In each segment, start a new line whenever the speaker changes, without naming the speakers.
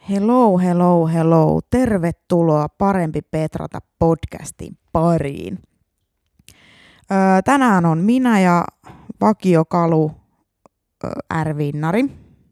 Hello, hello, hello. Tervetuloa Parempi Petrata podcastin pariin. Tänään on minä ja vakiokalu R-Vinnari.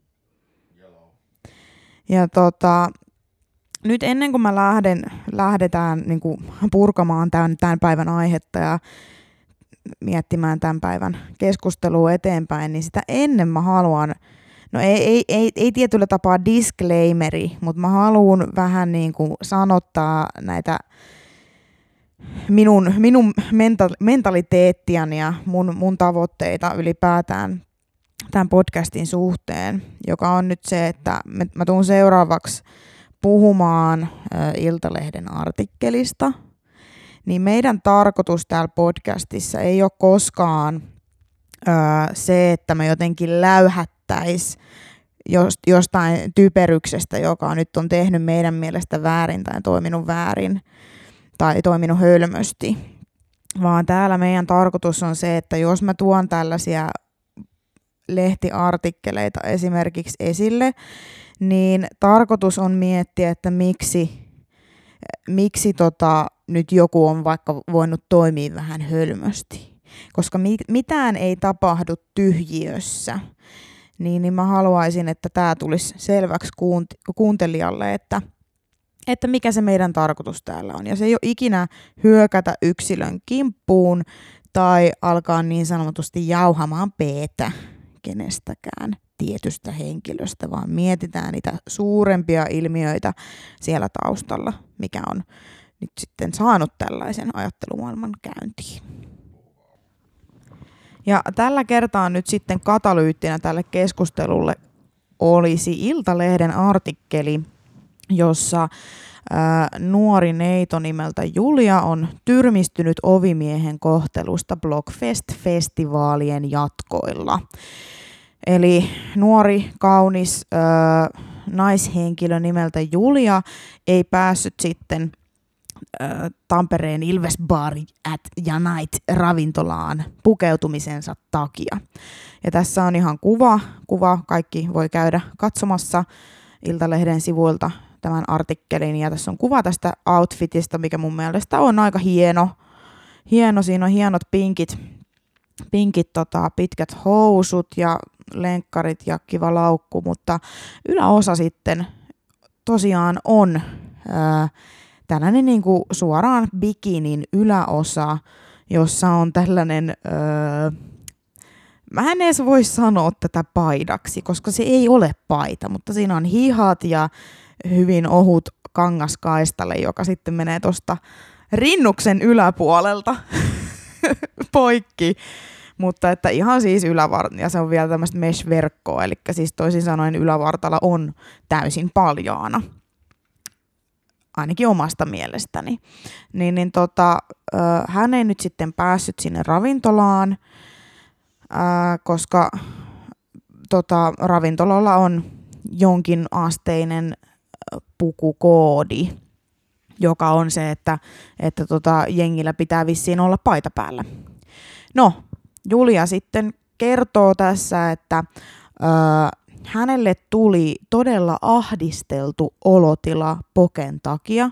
Ja nyt ennen kuin mä lähdetään niin kuin purkamaan tämän päivän aihetta ja miettimään tämän päivän keskustelua eteenpäin, niin sitä ennen mä haluan, no ei tietyllä tapaa disclaimeri, mutta mä haluan vähän niin kuin sanottaa näitä minun mentaliteettiani ja mun tavoitteita ylipäätään tämän podcastin suhteen, joka on nyt se, että mä tuun seuraavaksi puhumaan Iltalehden artikkelista, niin meidän tarkoitus täällä podcastissa ei ole koskaan se, että me jotenkin läyhättäisiin jostain typeryksestä, joka nyt on tehnyt meidän mielestä väärin tai toiminut väärin tai toiminut hölmösti, vaan täällä meidän tarkoitus on se, että jos mä tuon tällaisia lehtiartikkeleita esimerkiksi esille, niin tarkoitus on miettiä, että miksi nyt joku on vaikka voinut toimia vähän hölmösti. Koska mitään ei tapahdu tyhjiössä, niin mä haluaisin, että tämä tulisi selväksi kuuntelijalle, että mikä se meidän tarkoitus täällä on. Ja se ei ole ikinä hyökätä yksilön kimppuun tai alkaa niin sanotusti jauhamaan peetä kenestäkään tietystä henkilöstä, vaan mietitään niitä suurempia ilmiöitä siellä taustalla, mikä on nyt sitten saanut tällaisen ajattelumaailman käyntiin. Ja tällä kertaa nyt sitten katalyyttinä tälle keskustelulle olisi Iltalehden artikkeli, jossa nuori neito nimeltä Julia on tyrmistynyt ovimiehen kohtelusta Blockfest-festivaalien jatkoilla. Eli nuori, kaunis naishenkilö nimeltä Julia ei päässyt sitten Tampereen Ilves Bar ja Night ravintolaan pukeutumisensa takia. Ja tässä on ihan kuva, kaikki voi käydä katsomassa Iltalehden sivuilta tämän artikkelin, ja tässä on kuva tästä outfitista, mikä mun mielestä on aika hieno. Siinä on hienot pinkit pitkät housut ja lenkkarit ja kiva laukku, mutta yläosa sitten tosiaan on tällainen niin kuin suoraan bikinin yläosa, jossa on tällainen, mä en edes voi sanoa tätä paidaksi, koska se ei ole paita, mutta siinä on hihat ja hyvin ohut kangaskaistale, joka sitten menee tuosta rinnuksen yläpuolelta poikki. Mutta että ihan siis ja se on vielä tämmöistä mesh-verkkoa, eli siis toisin sanoen ylävartalo on täysin paljaana. Ainakin omasta mielestäni. Hän ei nyt sitten päässyt sinne ravintolaan, koska ravintolalla on jonkin asteinen pukukoodi, joka on se, että jengillä pitää vissiin olla paita päällä. No, Julia sitten kertoo tässä, että hänelle tuli todella ahdisteltu olotila poken takia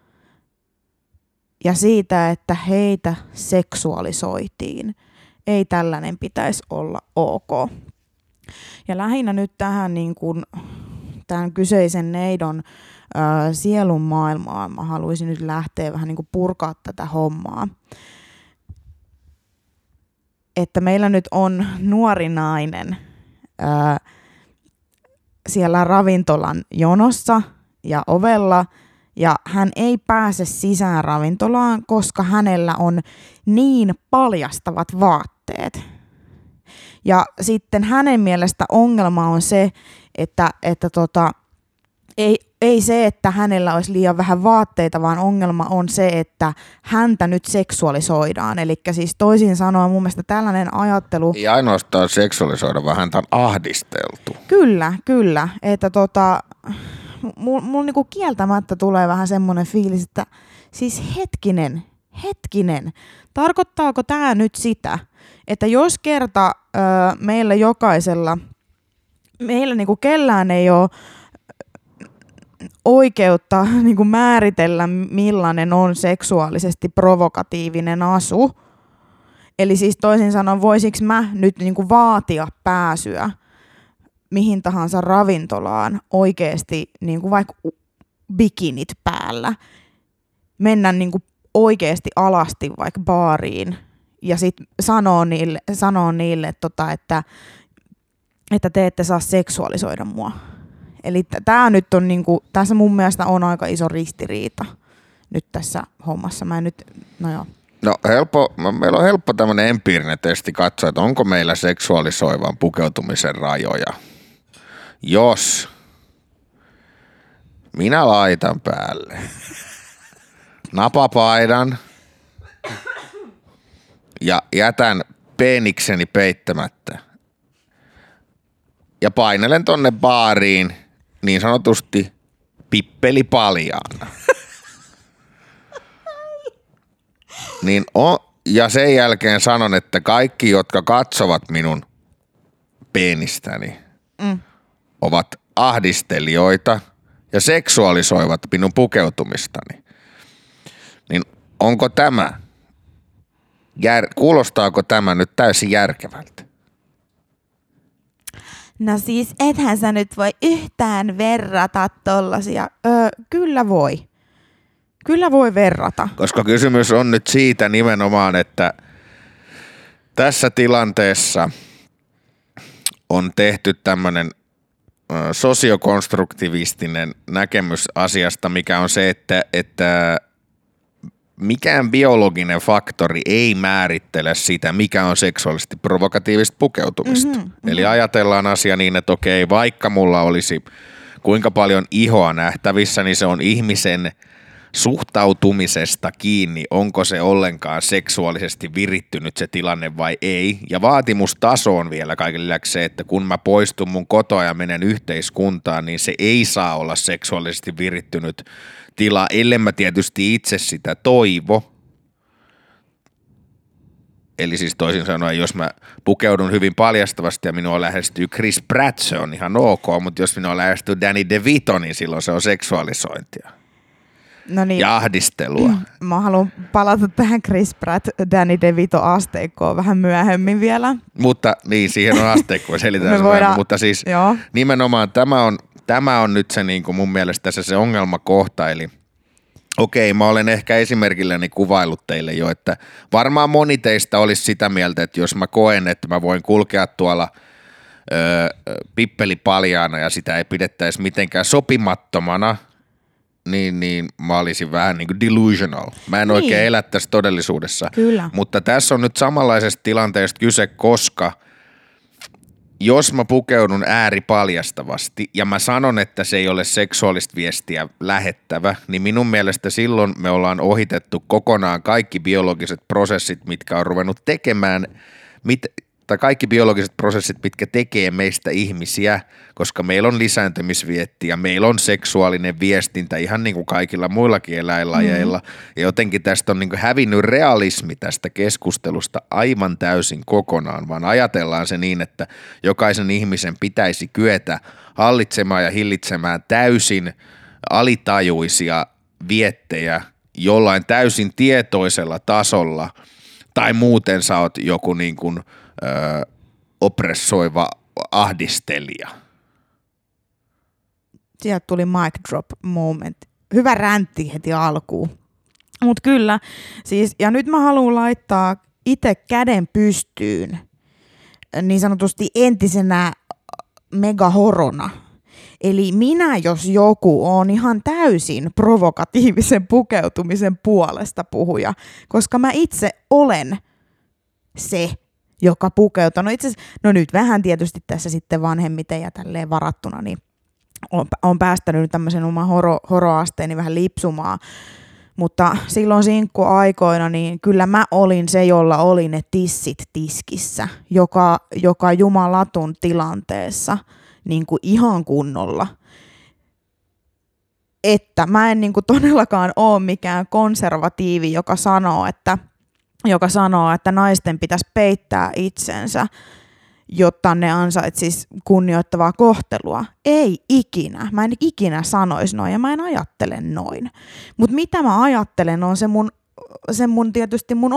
ja siitä, että heitä seksuaalisoitiin. Ei tällainen pitäisi olla ok. Ja lähinnä nyt tähän niin kuin, tämän kyseisen neidon sielun maailmaan mä haluaisin nyt lähteä vähän niin kuin purkaa tätä hommaa. Että meillä nyt on nuori nainen siellä ravintolan jonossa ja ovella, ja hän ei pääse sisään ravintolaan, koska hänellä on niin paljastavat vaatteet. Ja sitten hänen mielestä ongelma on se, että ei se, että hänellä olisi liian vähän vaatteita, vaan ongelma on se, että häntä nyt seksuaalisoidaan. Eli siis toisin sanoen mun mielestä tällainen ajattelu...
Ei ainoastaan seksuaalisoida, vaan häntä on ahdisteltu.
Kyllä. Että mulla niinku kieltämättä tulee vähän semmoinen fiilis, että siis hetkinen. Tarkoittaako tämä nyt sitä, että jos kerta meillä jokaisella, meillä niinku kellään ei ole oikeutta niin kuin määritellä, millainen on seksuaalisesti provokatiivinen asu. Eli siis toisin sanoen, voisinko mä nyt niin kuin vaatia pääsyä mihin tahansa ravintolaan oikeasti niin kuin vaikka bikinit päällä, mennä niin kuin oikeasti alasti vaikka baariin ja sitten sanoo niille että te ette saa seksuaalisoida mua. Eli tämä nyt on niinku, tässä mun mielestä on aika iso ristiriita nyt tässä hommassa.
Meillä on helppo tämmöinen empiirinen testi katsoa, että onko meillä seksuaalisoivan pukeutumisen rajoja. Jos minä laitan päälle napapaidan ja jätän peenikseni peittämättä ja painelen tonne baariin niin sanotusti pippeli paljaana. Ja sen jälkeen sanon, että kaikki, jotka katsovat minun peenistäni, ovat ahdistelijoita ja seksuaalisoivat minun pukeutumistani. Niin onko tämä, kuulostaako tämä nyt täysin järkevältä?
No siis ethän sä nyt voi yhtään verrata tollasia. Kyllä voi. Kyllä voi verrata.
Koska kysymys on nyt siitä nimenomaan, että tässä tilanteessa on tehty tämmöinen sosiokonstruktivistinen näkemys asiasta, mikä on se, että mikään biologinen faktori ei määrittele sitä, mikä on seksuaalisesti provokatiivista pukeutumista. Eli ajatellaan asia niin, että okei, vaikka mulla olisi kuinka paljon ihoa nähtävissä, niin se on ihmisen suhtautumisesta kiinni, onko se ollenkaan seksuaalisesti virittynyt se tilanne vai ei. Ja vaatimustaso on vielä kaiken lisäksi se, että kun mä poistun mun kotoa ja menen yhteiskuntaan, niin se ei saa olla seksuaalisesti virittynyt tila, ellei mä tietysti itse sitä toivo. Eli siis toisin sanoen, jos mä pukeudun hyvin paljastavasti ja minua lähestyy Chris Pratt, se on ihan ok, mutta jos minua lähestyy Danny DeVito, niin silloin se on seksuaalisointia. No niin. Ja ahdistelua.
Mä haluan palata tähän Chris Pratt, Danny DeVito asteikkoon vähän myöhemmin vielä.
Mutta niin, siihen on asteikko, selitään se myöhemmin. Mutta siis nimenomaan tämä on nyt se niin kuin mun mielestä se ongelmakohta, eli okei, mä olen ehkä esimerkilläni kuvaillut teille jo, että varmaan moni teistä olisi sitä mieltä, että jos mä koen, että mä voin kulkea tuolla pippeli paljaana ja sitä ei pidettäisi mitenkään sopimattomana, niin mä olisin vähän niin kuin delusional. Mä en oikein elä tässä todellisuudessa.
Kyllä.
Mutta tässä on nyt samanlaisesta tilanteesta kyse, koska jos mä pukeudun ääripaljastavasti ja mä sanon, että se ei ole seksuaalista viestiä lähettävä, niin minun mielestä silloin me ollaan ohitettu kokonaan kaikki biologiset prosessit, mitkä on ruvennut tekemään, tai kaikki biologiset prosessit, mitkä tekee meistä ihmisiä, koska meillä on lisääntymisvietti ja meillä on seksuaalinen viestintä ihan niin kuin kaikilla muillakin eläinlajeilla. Ja jotenkin tästä on niin kuin hävinnyt realismi tästä keskustelusta aivan täysin kokonaan, vaan ajatellaan se niin, että jokaisen ihmisen pitäisi kyetä hallitsemaan ja hillitsemään täysin alitajuisia viettejä jollain täysin tietoisella tasolla, tai muuten sä oot joku niin kuin oppressoiva ahdistelija.
Sieltä tuli mic drop moment. Hyvä räntti heti alkuun. Mut kyllä, siis, ja nyt mä haluan laittaa itse käden pystyyn niin sanotusti entisenä megahorona. Eli minä, jos joku, on ihan täysin provokatiivisen pukeutumisen puolesta puhuja, koska mä itse olen se, joka pukeutuu. No itse asiassa, no nyt vähän tietysti tässä sitten vanhemmiten ja tälleen varattuna, niin on päästänyt tämmöisen oman horoasteeni vähän lipsumaan. Mutta silloin sinkkuaikoina, niin kyllä mä olin se, jolla oli ne tissit tiskissä, joka jumalatun tilanteessa niin kuin ihan kunnolla. Että mä en niin kuin todellakaan ole mikään konservatiivi, joka sanoo, että naisten pitäisi peittää itsensä jotta ne ansaitsis kunnioittavaa kohtelua. Ei ikinä. Mä en ikinä sanoisi noin ja mä en ajattele noin. Mutta mitä mä ajattelen on se mun tietysti mun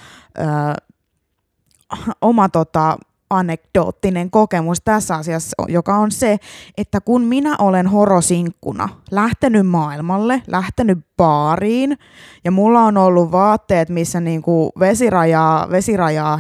oma anekdoottinen kokemus tässä asiassa, joka on se, että kun minä olen horosinkkuna lähtenyt maailmalle, lähtenyt baariin ja mulla on ollut vaatteet, missä niinku vesirajaa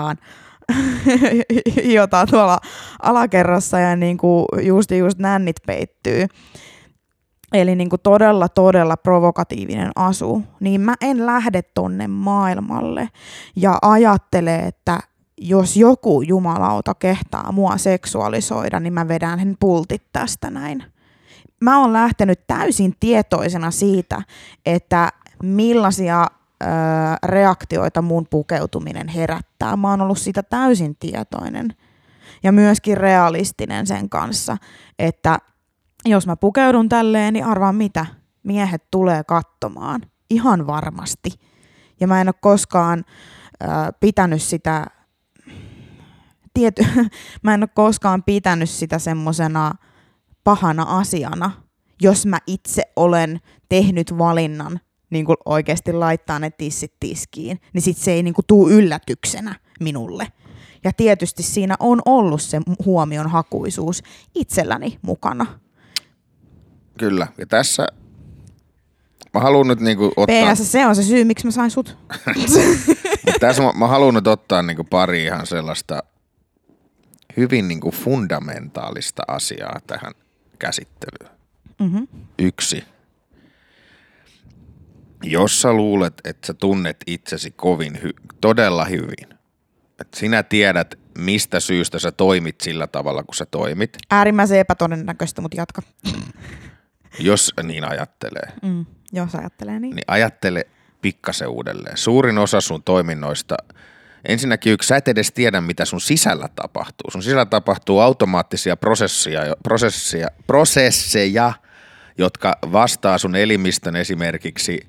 hiotaan tuolla alakerrassa ja niinku just nännit peittyy. Eli niinku todella provokatiivinen asu, niin mä en lähde tonne maailmalle ja ajattele, että jos joku jumalauta kehtaa mua seksuaalisoida, niin mä vedän hän pultit tästä näin. Mä oon lähtenyt täysin tietoisena siitä, että millaisia reaktioita mun pukeutuminen herättää. Mä oon ollut siitä täysin tietoinen ja myöskin realistinen sen kanssa, että jos mä pukeudun tälleen, niin arvaa mitä? Miehet tulee katsomaan. Ihan varmasti. Ja mä en ole koskaan pitänyt sitä mä en ole koskaan pitänyt sitä semmosena pahana asiana, jos mä itse olen tehnyt valinnan niin kuin oikeasti laittaa ne tissit tiskiin, niin sit se ei niin kuin tuu yllätyksenä minulle. Ja tietysti siinä on ollut se huomionhakuisuus itselläni mukana.
Kyllä, ja tässä mä haluan nyt niinku ottaa...
PS, se on se syy, miksi mä sain sut.
Mutta tässä mä haluan nyt ottaa niinku pari ihan sellaista hyvin niinku fundamentaalista asiaa tähän käsittelyyn. Mm-hmm. 1. Jos sä luulet, että sä tunnet itsesi todella hyvin, että sinä tiedät, mistä syystä sä toimit sillä tavalla, kun sä toimit.
Äärimmäisen epätodennäköistä, mutta jatka.
Jos niin ajattelee.
Jos ajattelee niin.
Niin ajattele pikkasen uudelleen. Suurin osa sun toiminnoista, ensinnäkin sä et edes tiedä, mitä sun sisällä tapahtuu. Sun sisällä tapahtuu automaattisia prosesseja, jotka vastaa sun elimistön esimerkiksi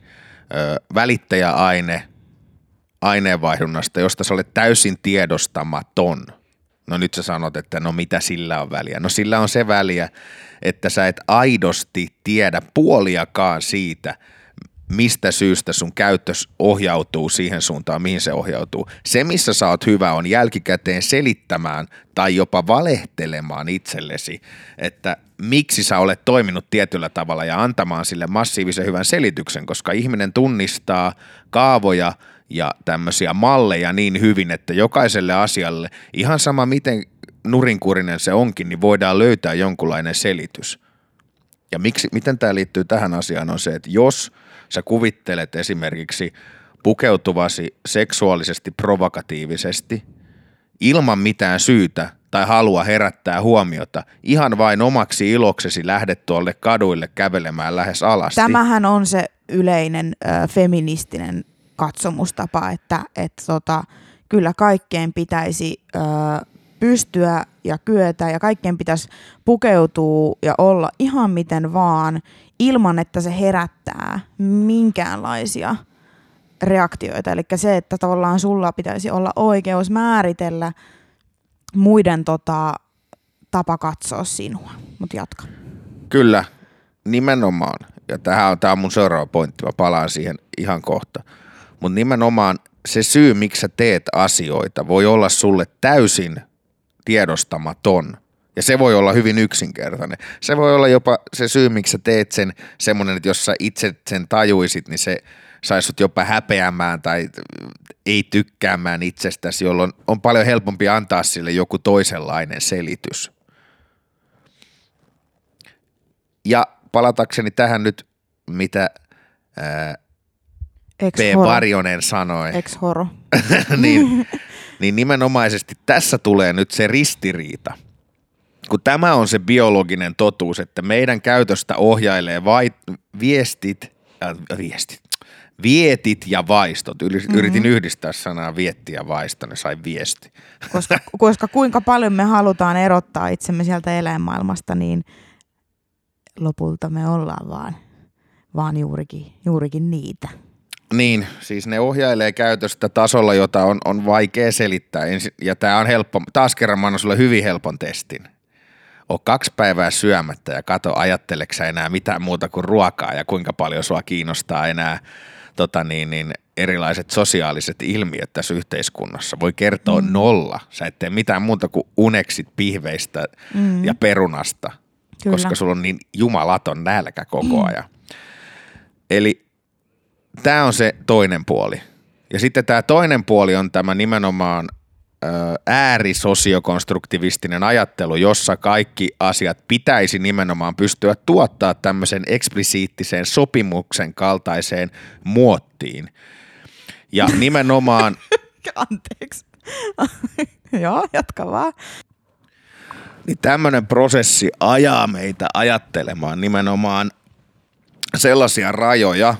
aineenvaihdunnasta, josta sä olet täysin tiedostamaton. No nyt sä sanot, että no mitä sillä on väliä? No sillä on se väliä, että sä et aidosti tiedä puoliakaan siitä, mistä syystä sun käytös ohjautuu siihen suuntaan, mihin se ohjautuu. Se, missä sä oot hyvä, on jälkikäteen selittämään tai jopa valehtelemaan itsellesi, että miksi sä olet toiminut tietyllä tavalla ja antamaan sille massiivisen hyvän selityksen, koska ihminen tunnistaa kaavoja ja tämmöisiä malleja niin hyvin, että jokaiselle asialle, ihan sama miten nurinkurinen se onkin, niin voidaan löytää jonkunlainen selitys. Ja miten tämä liittyy tähän asiaan on se, että jos sä kuvittelet esimerkiksi pukeutuvasi seksuaalisesti provokatiivisesti ilman mitään syytä tai halua herättää huomiota, ihan vain omaksi iloksesi lähdet tuolle kaduille kävelemään lähes alasti.
Tämähän on se yleinen feministinen katsomustapa, että kyllä kaikkeen pitäisi pystyä ja kyetä ja kaikkeen pitäisi pukeutua ja olla ihan miten vaan ilman, että se herättää minkäänlaisia reaktioita. Eli se, että tavallaan sulla pitäisi olla oikeus määritellä muiden tapa katsoa sinua. Mut jatka.
Kyllä, nimenomaan. Ja tämä on mun seuraava pointti. Mä palaan siihen ihan kohta. Mutta nimenomaan se syy, miksi sä teet asioita, voi olla sulle täysin tiedostamaton. Ja se voi olla hyvin yksinkertainen. Se voi olla jopa se syy, miksi sä teet sen semmoinen, että jos sä itse sen tajuisit, niin se saisi sut jopa häpeämään tai ei tykkäämään itsestäsi, jolloin on paljon helpompi antaa sille joku toisenlainen selitys. Ja palatakseni tähän nyt, mitä P. Varjonen sanoi.
Ex-horo.
niin nimenomaisesti tässä tulee nyt se ristiriita. Kun tämä on se biologinen totuus, että meidän käytöstä ohjailee vietit ja vaistot. Yritin yhdistää sanaa vietti ja vaisto, ne sai viesti.
Koska kuinka paljon me halutaan erottaa itsemme sieltä eläinmaailmasta, niin lopulta me ollaan vaan juurikin niitä.
Niin, siis ne ohjailee käytöstä tasolla, jota on vaikea selittää. Ja tää on helppo, taas kerran mä annan sulle hyvin helpon testin. Oo 2 päivää syömättä ja kato, ajatteleksä enää mitään muuta kuin ruokaa ja kuinka paljon sua kiinnostaa enää erilaiset sosiaaliset ilmiöt tässä yhteiskunnassa. Voi kertoa 0. Sä et tee mitään muuta kuin uneksit pihveistä ja perunasta,
Kyllä.
koska sulla on niin jumalaton nälkä koko ajan. Eli tämä on se toinen puoli. Ja sitten tämä toinen puoli on tämä nimenomaan äärisosiokonstruktivistinen ajattelu, jossa kaikki asiat pitäisi nimenomaan pystyä tuottaa tämmöisen eksplisiittisen sopimuksen kaltaiseen muottiin. Ja nimenomaan...
Anteeksi. Joo, jatka vaan.
Niin tämmöinen prosessi ajaa meitä ajattelemaan nimenomaan sellaisia rajoja,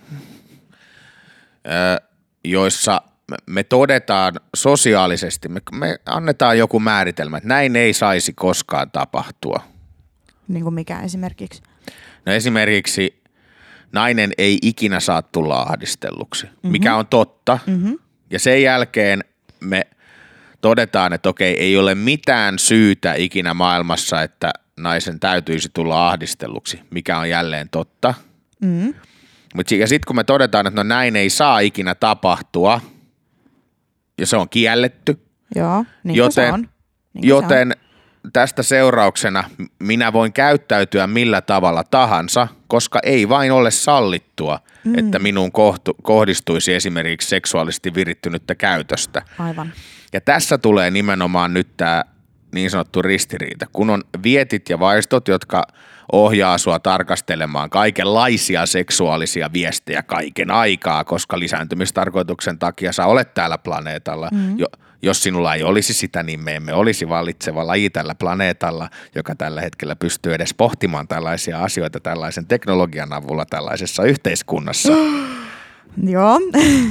joissa me todetaan sosiaalisesti, me annetaan joku määritelmä, että näin ei saisi koskaan tapahtua.
Niin kuin mikä esimerkiksi?
No esimerkiksi nainen ei ikinä saa tulla ahdistelluksi, mikä on totta. Ja sen jälkeen me todetaan, että okei, ei ole mitään syytä ikinä maailmassa, että naisen täytyisi tulla ahdistelluksi, mikä on jälleen totta. Ja sitten kun me todetaan, että no näin ei saa ikinä tapahtua, ja se on kielletty,
Joo, niin
joten tästä seurauksena minä voin käyttäytyä millä tavalla tahansa, koska ei vain ole sallittua, että minuun kohdistuisi esimerkiksi seksuaalisesti virittynyttä käytöstä.
Aivan.
Ja tässä tulee nimenomaan nyt tämä niin sanottu ristiriita, kun on vietit ja vaistot, jotka ohjaa sua tarkastelemaan kaikenlaisia seksuaalisia viestejä kaiken aikaa, koska lisääntymistarkoituksen takia sä olet täällä planeetalla. Jos sinulla ei olisi sitä, niin me emme olisi vallitseva laji tällä planeetalla, joka tällä hetkellä pystyy edes pohtimaan tällaisia asioita tällaisen teknologian avulla tällaisessa yhteiskunnassa.
Joo.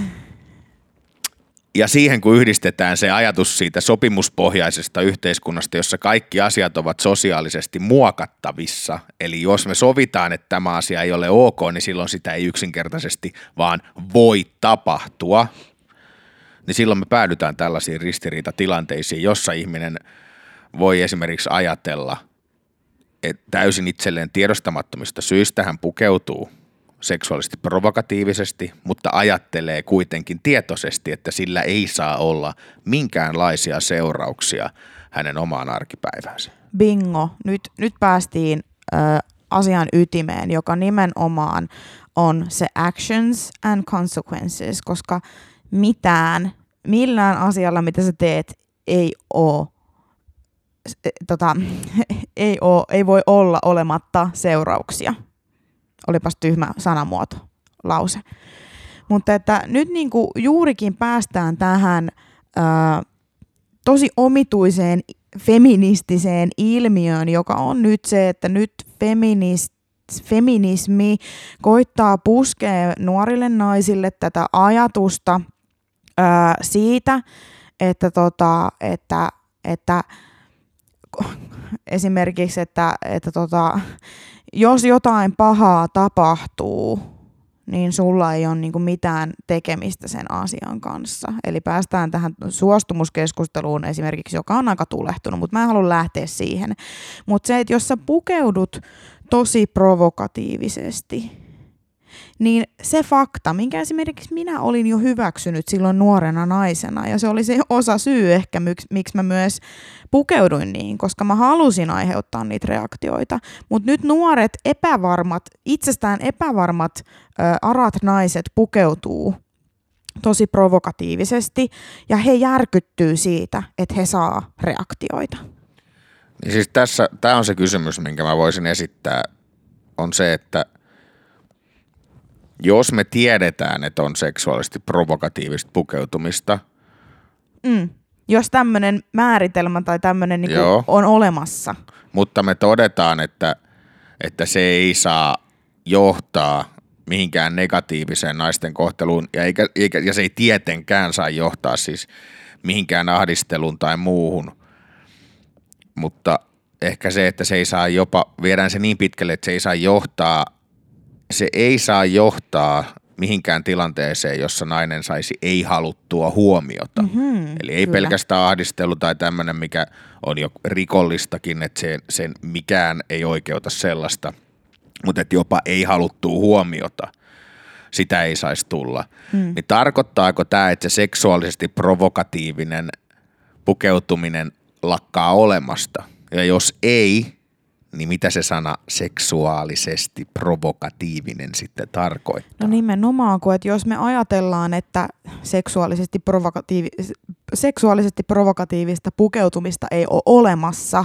Ja siihen kun yhdistetään se ajatus siitä sopimuspohjaisesta yhteiskunnasta, jossa kaikki asiat ovat sosiaalisesti muokattavissa, eli jos me sovitaan, että tämä asia ei ole ok, niin silloin sitä ei yksinkertaisesti vaan voi tapahtua, niin silloin me päädytään tällaisiin ristiriitatilanteisiin, jossa ihminen voi esimerkiksi ajatella, että täysin itselleen tiedostamattomista syistä hän pukeutuu seksuaalisesti provokatiivisesti, mutta ajattelee kuitenkin tietoisesti, että sillä ei saa olla minkäänlaisia seurauksia hänen omaan arkipäiväänsä.
Bingo. Nyt päästiin asian ytimeen, joka nimenomaan on se actions and consequences, koska millään asialla, mitä sä teet, ei voi olla olematta seurauksia. Olipas tyhmä sanamuoto, lause. Mutta että nyt niinku juurikin päästään tähän tosi omituiseen feministiseen ilmiöön, joka on nyt se, että nyt feminismi koittaa puskea nuorille naisille tätä ajatusta siitä, että esimerkiksi, että jos jotain pahaa tapahtuu, niin sulla ei ole niinku mitään tekemistä sen asian kanssa. Eli päästään tähän suostumuskeskusteluun esimerkiksi, joka on aika tulehtunut, mutta mä en halua lähteä siihen. Mutta se, että jos sä pukeudut tosi provokatiivisesti, niin se fakta, minkä esimerkiksi minä olin jo hyväksynyt silloin nuorena naisena, ja se oli se osa syy ehkä, miksi mä myös pukeuduin niin, koska mä halusin aiheuttaa niitä reaktioita. Mutta nyt nuoret itsestään epävarmat arat naiset pukeutuu tosi provokatiivisesti, ja he järkyttyy siitä, että he saa reaktioita.
Niin siis tämä on se kysymys, minkä mä voisin esittää, on se, että jos me tiedetään, että on seksuaalisesti provokatiivista pukeutumista.
Jos tämmöinen määritelmä tai tämmöinen niinku on olemassa.
Mutta me todetaan, että se ei saa johtaa mihinkään negatiiviseen naisten kohteluun ja se ei tietenkään saa johtaa siis mihinkään ahdisteluun tai muuhun. Mutta ehkä se, että se ei saa jopa, viedään se niin pitkälle, että se ei saa johtaa mihinkään tilanteeseen, jossa nainen saisi ei-haluttua huomiota. Eli ei pelkästään ahdistelu tai tämmöinen, mikä on jo rikollistakin, että sen mikään ei oikeuta sellaista, mutta että jopa ei-haluttua huomiota, sitä ei saisi tulla. Niin tarkoittaako tämä, että se seksuaalisesti provokatiivinen pukeutuminen lakkaa olemasta? Ja jos ei, niin mitä se sana seksuaalisesti provokatiivinen sitten tarkoittaa?
No nimenomaan, kun että jos me ajatellaan, että seksuaalisesti provokatiivista pukeutumista ei ole olemassa,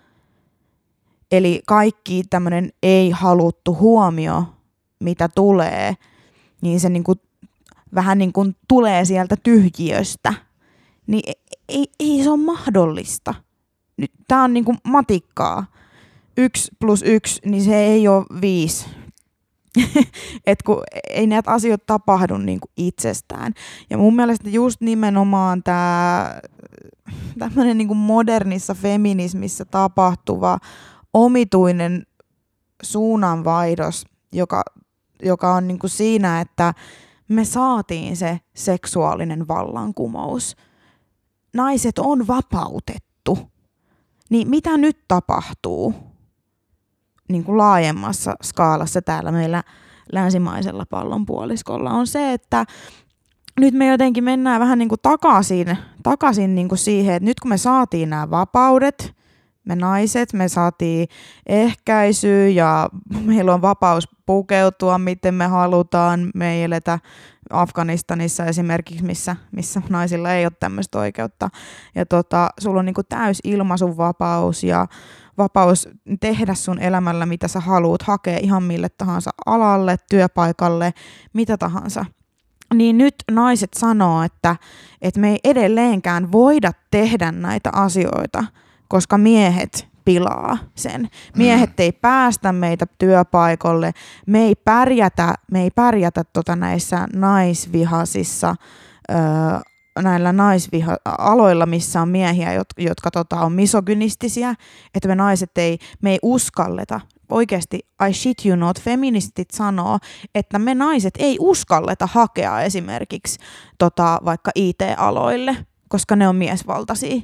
eli kaikki tämmöinen ei-haluttu huomio, mitä tulee, niin se niinku, vähän niin kuin tulee sieltä tyhjiöstä, niin ei se ole mahdollista. Nyt tää on niinku matikkaa. 1 + 1, niin se ei ole 5. Et kun ei näitä asioita tapahdu niinku itsestään. Ja mun mielestä just nimenomaan tämä tämmöinen niinku modernissa feminismissä tapahtuva omituinen suunnanvaihdos, joka on niinku siinä, että me saatiin se seksuaalinen vallankumous. Naiset on vapautettu. Niin mitä nyt tapahtuu niin kuin laajemmassa skaalassa täällä meillä länsimaisella pallonpuoliskolla on se, että nyt me jotenkin mennään vähän niin kuin takaisin niin kuin siihen, että nyt kun me saatiin nämä vapaudet, me naiset, me saatiin ehkäisyä ja meillä on vapaus pukeutua, miten me halutaan. Me ei eletä Afganistanissa esimerkiksi, missä naisilla ei ole tämmöistä oikeutta. Ja sulla on niinku täys ilmaisunvapaus ja vapaus tehdä sun elämällä, mitä sä haluat, hakea ihan mille tahansa alalle, työpaikalle, mitä tahansa. Niin nyt naiset sanoo, että me ei edelleenkään voida tehdä näitä asioita, koska miehet pilaa sen. Miehet ei päästä meitä työpaikalle, me ei pärjätä näissä naisvihaisissa näillä aloilla, missä on miehiä, jotka on misogynistisiä, että me naiset me ei uskalleta. Oikeasti, I shit you not, feministit sanoo, että me naiset ei uskalleta hakea esimerkiksi vaikka IT-aloille, koska ne on miesvaltaisia.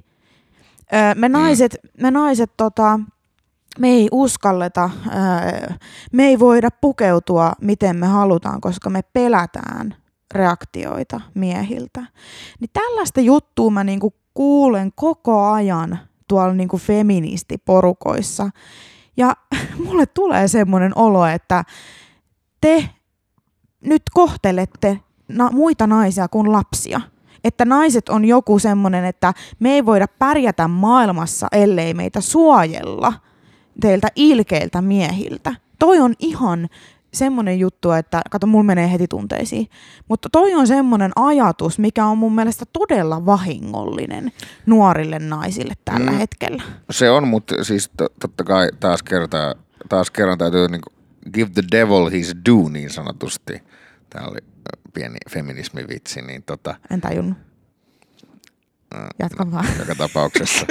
Me ei uskalleta, me ei voida pukeutua miten me halutaan, koska me pelätään reaktioita miehiltä. Niin tällaista juttua mä niinku kuulen koko ajan tuolla niinku feministiporukoissa. Ja mulle tulee semmoinen olo, että te nyt kohtelette muita naisia kuin lapsia. Että naiset on joku semmoinen, että me ei voida pärjätä maailmassa, ellei meitä suojella teiltä ilkeiltä miehiltä. Toi on ihan semmoinen juttu, että kato, mulla menee heti tunteisiin. Mutta toi on semmoinen ajatus, mikä on mun mielestä todella vahingollinen nuorille naisille tällä hetkellä.
Se on, mutta siis totta kai taas kerran täytyy niinku give the devil his due niin sanotusti. Tää oli pieni feminismivitsi, niin
En tajunnut. Jatka vaan.
Joka tapauksessa.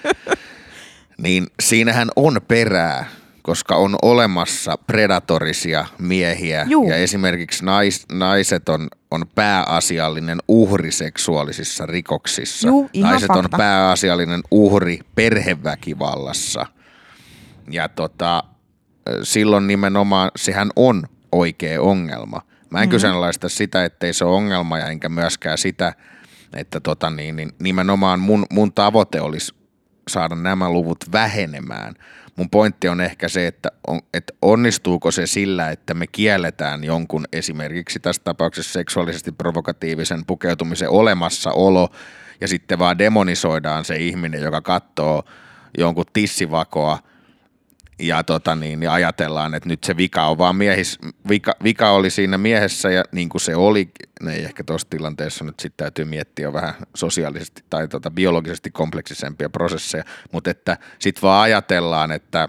Niin siinähän on perää, koska on olemassa predatorisia miehiä.
Juu.
Ja esimerkiksi naiset on pääasiallinen uhri seksuaalisissa rikoksissa.
Juu, ihan
naiset
fakta.
on pääasiallinen uhri perheväkivallassa. Ja silloin nimenomaan sehän on oikea ongelma. Mä en kyseenalaista sitä, ettei se ole ongelma ja enkä myöskään sitä, että nimenomaan mun tavoite olisi saada nämä luvut vähenemään. Mun pointti on ehkä se, että onnistuuko se sillä, että me kielletään jonkun esimerkiksi tässä tapauksessa seksuaalisesti provokatiivisen pukeutumisen olemassaolo ja sitten vaan demonisoidaan se ihminen, joka katsoo jonkun tissivakoa ja ajatellaan, että nyt se vika on vaan vika oli siinä miehessä ja niin kuin se oli, ei ehkä tuossa tilanteessa nyt sitten täytyy miettiä vähän sosiaalisesti tai biologisesti kompleksisempia prosesseja, mutta että sitten vaan ajatellaan, että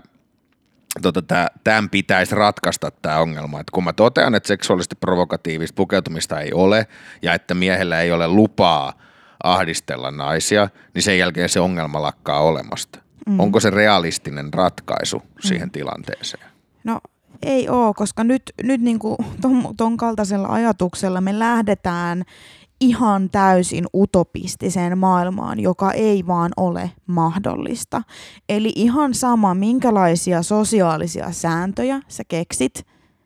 tämän pitäisi ratkaista tämä ongelma. Et kun mä totean, että seksuaalisesti provokatiivista pukeutumista ei ole ja että miehellä ei ole lupaa ahdistella naisia, niin sen jälkeen se ongelma lakkaa olemasta. Onko se realistinen ratkaisu siihen tilanteeseen?
No Ei oo, koska nyt niinku ton kaltaisella ajatuksella me lähdetään ihan täysin utopistiseen maailmaan, joka ei vaan ole mahdollista. Eli ihan sama, minkälaisia sosiaalisia sääntöjä sä keksit,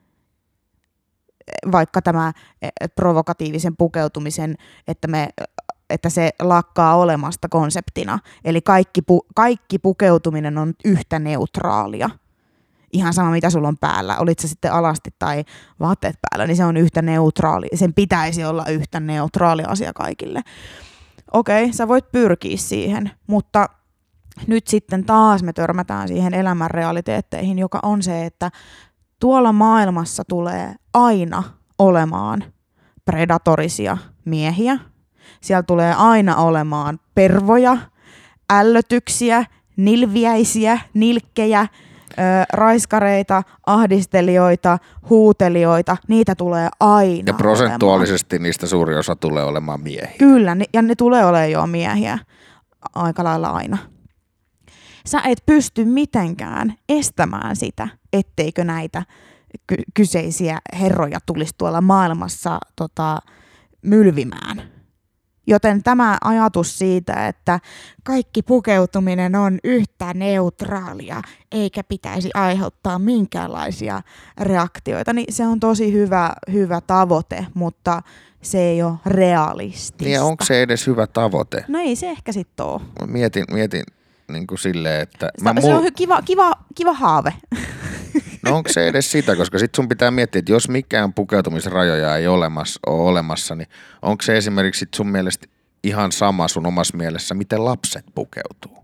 vaikka tämä provokatiivisen pukeutumisen, että se lakkaa olemasta konseptina. Eli kaikki pukeutuminen on yhtä neutraalia. Ihan sama, mitä sulla on päällä. Olit sä sitten alasti tai vaatteet päällä, niin se on yhtä neutraali. Sen pitäisi olla yhtä neutraali asia kaikille. Okei, sä voit pyrkiä siihen, mutta nyt sitten taas me törmätään siihen elämän realiteetteihin, joka on se, että tuolla maailmassa tulee aina olemaan predatorisia miehiä. Siellä tulee aina olemaan pervoja, ällötyksiä, nilviäisiä, nilkkejä, raiskareita, ahdistelijoita, huutelijoita, niitä tulee aina.
Ja prosentuaalisesti olemaan. Niistä suuri osa tulee olemaan miehiä.
Kyllä, ja ne tulee olemaan jo miehiä aika lailla aina. Sä et pysty mitenkään estämään sitä, etteikö näitä kyseisiä herroja tulisi tuolla maailmassa mylvimään. Joten tämä ajatus siitä, että kaikki pukeutuminen on yhtä neutraalia eikä pitäisi aiheuttaa minkäänlaisia reaktioita, niin se on tosi hyvä tavoite, mutta se ei ole realistista.
Niin onko se edes hyvä tavoite?
No ei se ehkä sitten ole.
Mietin niin kuin silleen, että...
Se on kiva haave.
No onko se edes sitä, koska sit sun pitää miettiä, että jos mikään pukeutumisrajoja ei ole olemassa, niin onko se esimerkiksi sun mielestä ihan sama sun omassa mielessä, miten lapset pukeutuu?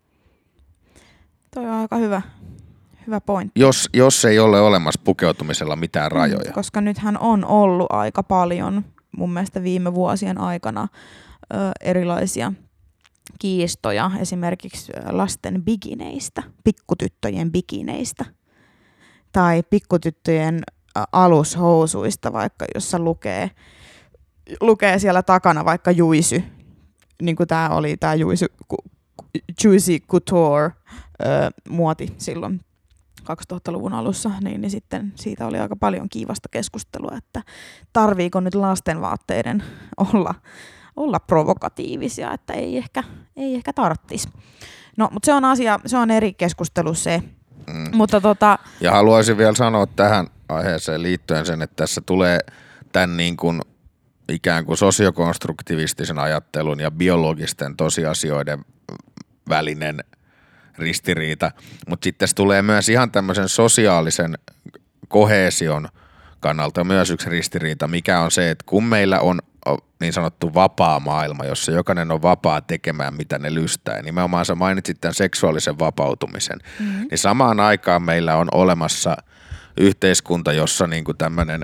Toi on aika hyvä pointti.
Jos ei ole olemassa pukeutumisella mitään rajoja.
Koska nythän on ollut aika paljon mun mielestä viime vuosien aikana erilaisia kiistoja esimerkiksi lasten bikineistä, pikkutyttöjen bikineistä. Tai pikkutyttöjen alushousuista, vaikka jossa lukee siellä takana vaikka Juicy, niin kuin tämä oli tämä Juicy Couture muoti silloin 2000-luvun alussa, niin sitten siitä oli aika paljon kiivasta keskustelua, että tarviiko nyt lastenvaatteiden olla provokatiivisia, että ei ehkä tarttisi. No, mutta se on eri keskustelu se. Mutta
Ja haluaisin vielä sanoa tähän aiheeseen liittyen sen, että tässä tulee tämän niin kuin ikään kuin sosiokonstruktivistisen ajattelun ja biologisten tosiasioiden välinen ristiriita, mutta sitten tässä tulee myös ihan tämmöisen sosiaalisen koheesion kannalta myös yksi ristiriita, mikä on se, että kun meillä on niin sanottu vapaa maailma, jossa jokainen on vapaa tekemään mitä ne lystää, ja nimenomaan sä mainitsit tämän seksuaalisen vapautumisen, niin samaan aikaan meillä on olemassa yhteiskunta, jossa niinku tämmöinen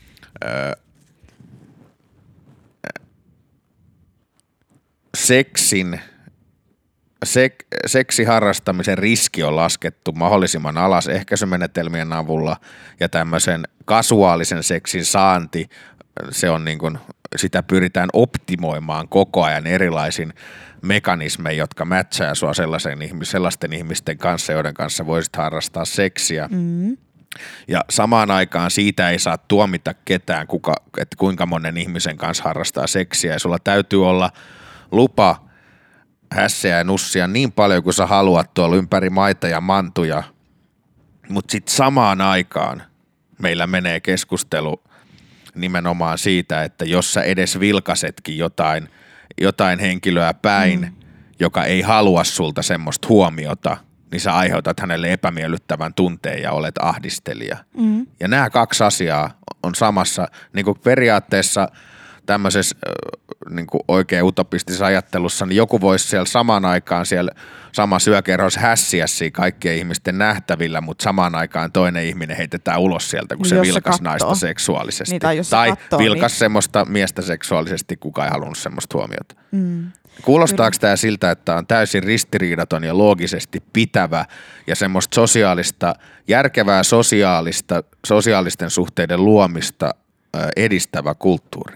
seksiharrastamisen riski on laskettu mahdollisimman alas ehkäisymenetelmien avulla ja tämmöisen kasuaalisen seksin saanti, se on niin kuin, sitä pyritään optimoimaan koko ajan erilaisin mekanismeja, jotka matchaa sua sellaisten ihmisten kanssa, joiden kanssa voisit harrastaa seksiä. Ja samaan aikaan siitä ei saa tuomita ketään, että kuinka monen ihmisen kanssa harrastaa seksiä. Ja sulla täytyy olla lupa hässeä ja nussia niin paljon kuin sä haluat tuolla ympäri maita ja mantuja, mutta sitten samaan aikaan meillä menee keskustelu nimenomaan siitä, että jos sä edes vilkasetkin jotain henkilöä päin, joka ei halua sulta semmoista huomiota, niin sä aiheutat hänelle epämiellyttävän tunteen ja olet ahdistelija. Ja nämä kaksi asiaa on samassa, niin kuin periaatteessa tämmöisessä niin kuin oikein utopistisessa ajattelussa, niin joku voisi siellä samaan aikaan siellä samassa yökerhossa hässiä siinä kaikkien ihmisten nähtävillä, mutta samaan aikaan toinen ihminen heitetään ulos sieltä, kun se vilkas naista seksuaalisesti.
Niin,
tai vilkas semmoista miestä seksuaalisesti, kuka ei halunnut semmoista huomiota. Kuulostaako tämä siltä, että on täysin ristiriidaton ja loogisesti pitävä ja semmoista järkevää sosiaalisten suhteiden luomista edistävä kulttuuri?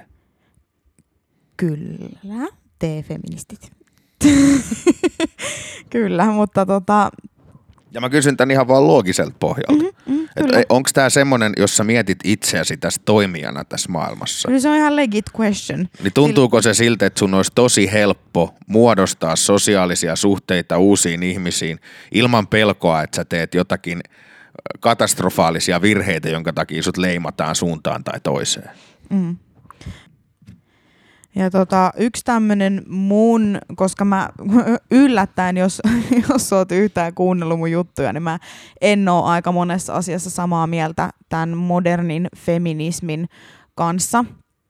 Kyllä, te feministit. Kyllä, mutta
Ja mä kysyn tän ihan vaan loogiselta pohjalta. Onko tää semmonen, jos sä mietit itseäsi tässä toimijana tässä maailmassa?
Kyllä se on ihan legit question.
Niin tuntuuko se siltä, että sun olisi tosi helppo muodostaa sosiaalisia suhteita uusiin ihmisiin ilman pelkoa, että sä teet jotakin katastrofaalisia virheitä, jonka takia sut leimataan suuntaan tai toiseen?
Mm. Ja yksi tämmönen mun, koska mä yllättäen, jos oot yhtään kuunnellut mun juttuja, niin mä en oo aika monessa asiassa samaa mieltä tämän modernin feminismin kanssa.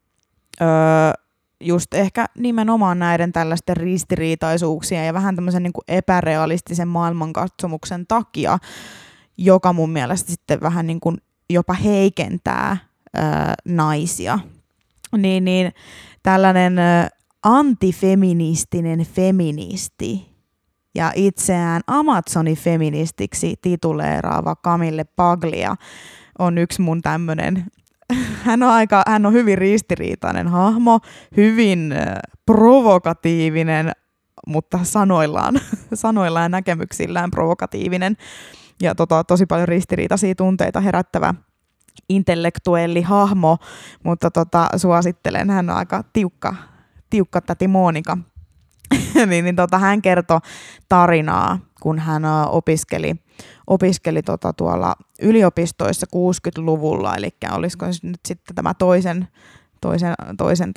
Just ehkä nimenomaan näiden tällaisten ristiriitaisuuksien ja vähän tämmöisen niin kuin epärealistisen maailmankatsomuksen takia, joka mun mielestä sitten vähän niin kuin jopa heikentää naisia. Niin tällainen antifeministinen feministi ja itseään Amazonifeministiksi tituleeraava Camille Paglia on yksi mun tämmönen. Hän on hyvin ristiriitainen hahmo, hyvin provokatiivinen, mutta sanoillaan ja näkemyksillään provokatiivinen ja tosi paljon ristiriitaisia tunteita herättävä intellektuelli hahmo, mutta suosittelen, hän on aika tiukka täti Monika. Hän kertoi tarinaa, kun hän opiskeli tuolla yliopistoissa 60-luvulla, eli olisiko nyt sitten tämä toisen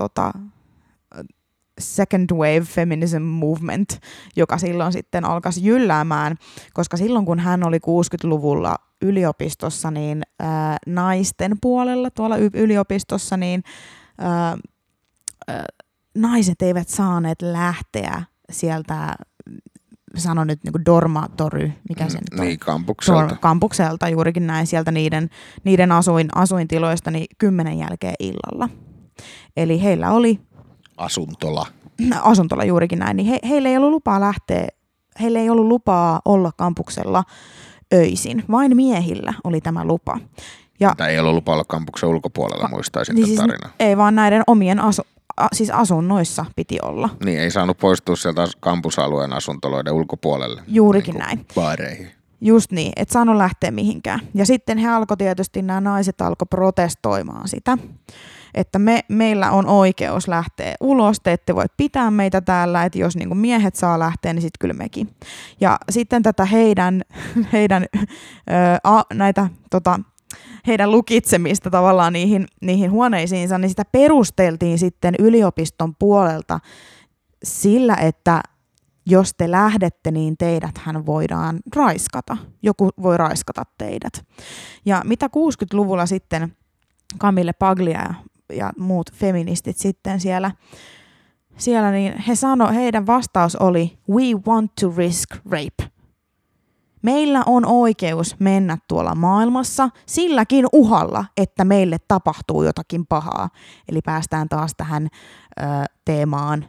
second wave feminism movement, joka silloin sitten alkaisi jylläämään, koska silloin kun hän oli 60-luvulla yliopistossa, niin naisten puolella tuolla yliopistossa, niin naiset eivät saaneet lähteä sieltä, sano nyt niin kuin dormatory, mikä se nyt on?
Niin, kampukselta.
Kampukselta, juurikin näin, sieltä niiden asuintiloista niin 10 jälkeen illalla. Eli heillä oli Asuntola juurikin näin, niin heillä ei ollut lupaa lähteä, heillä ei ollut lupaa olla kampuksella öisin, vain miehillä oli tämä lupa.
Tai ei ollut lupa olla kampuksen ulkopuolella, muistaisin niin
siis
tarina.
Ei vaan näiden omien siis asunnoissa piti olla.
Niin, ei saanut poistua sieltä kampusalueen asuntoloiden ulkopuolelle.
Juurikin
niin
näin.
Baareihin.
Just niin, et saanut lähteä mihinkään. Ja sitten nämä naiset alkoi protestoimaan sitä, että meillä on oikeus lähteä ulos, te ette voi pitää meitä täällä, että jos niin kuin miehet saa lähteä, niin sitten kyllä mekin. Ja sitten tätä heidän lukitsemista tavallaan niihin huoneisiinsa, niin sitä perusteltiin sitten yliopiston puolelta sillä, että jos te lähdette, niin teidäthän voidaan raiskata. Joku voi raiskata teidät. Ja mitä 60-luvulla sitten Camille Paglia ja muut feministit sitten siellä niin heidän vastaus oli "We want to risk rape". Meillä on oikeus mennä tuolla maailmassa silläkin uhalla, että meille tapahtuu jotakin pahaa. Eli päästään taas tähän teemaan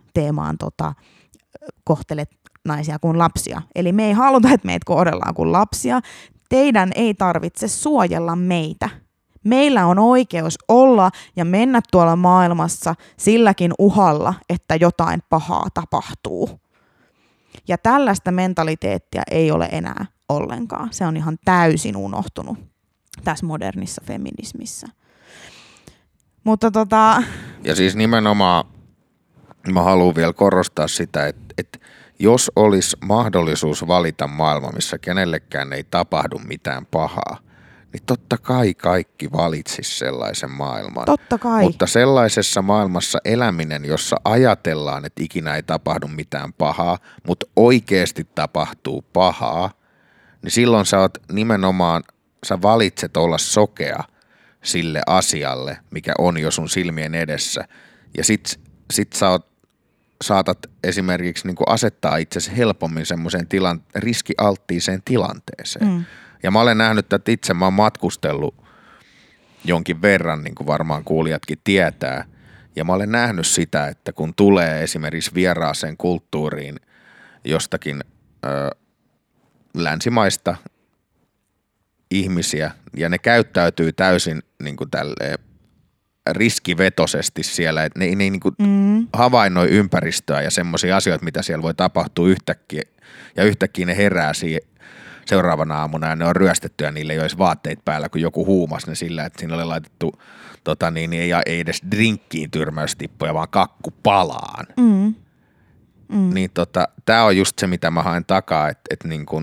kohtelet naisia kuin lapsia. Eli me ei haluta, että meitä kohdellaan kuin lapsia. Teidän ei tarvitse suojella meitä. Meillä on oikeus olla ja mennä tuolla maailmassa silläkin uhalla, että jotain pahaa tapahtuu. Ja tällaista mentaliteettia ei ole enää ollenkaan. Se on ihan täysin unohtunut tässä modernissa feminismissä. Mutta
Ja siis nimenomaan mä haluan vielä korostaa sitä, että jos olisi mahdollisuus valita maailma, missä kenellekään ei tapahdu mitään pahaa, niin totta kai kaikki valitsis sellaisen maailman.
Totta kai.
Mutta sellaisessa maailmassa eläminen, jossa ajatellaan, että ikinä ei tapahdu mitään pahaa, mutta oikeasti tapahtuu pahaa, niin silloin sä valitset olla sokea sille asialle, mikä on jo sun silmien edessä. Ja sit saatat esimerkiksi niin kuin asettaa itsesi helpommin semmoiseen riskialttiiseen tilanteeseen. Mm. Ja mä olen nähnyt tätä itse, mä oon matkustellut jonkin verran, niin kuin varmaan kuulijatkin tietää. Ja mä olen nähnyt sitä, että kun tulee esimerkiksi vieraaseen kulttuuriin jostakin länsimaista ihmisiä, ja ne käyttäytyy täysin niin kuin tälleen riskivetoisesti siellä, että ne ei niin kuin havainnoi ympäristöä ja semmoisia asioita, mitä siellä voi tapahtua yhtäkkiä, ja yhtäkkiä ne herää seuraavana aamuna ja ne on ryöstetty ja niille ei olisi vaatteet päällä, kun joku huumasi ne sillä, että siinä oli laitettu ei edes drinkkiin tyrmäystippoja, vaan kakkupalaan. Niin tää on just se, mitä mä haen takaa, että niin kun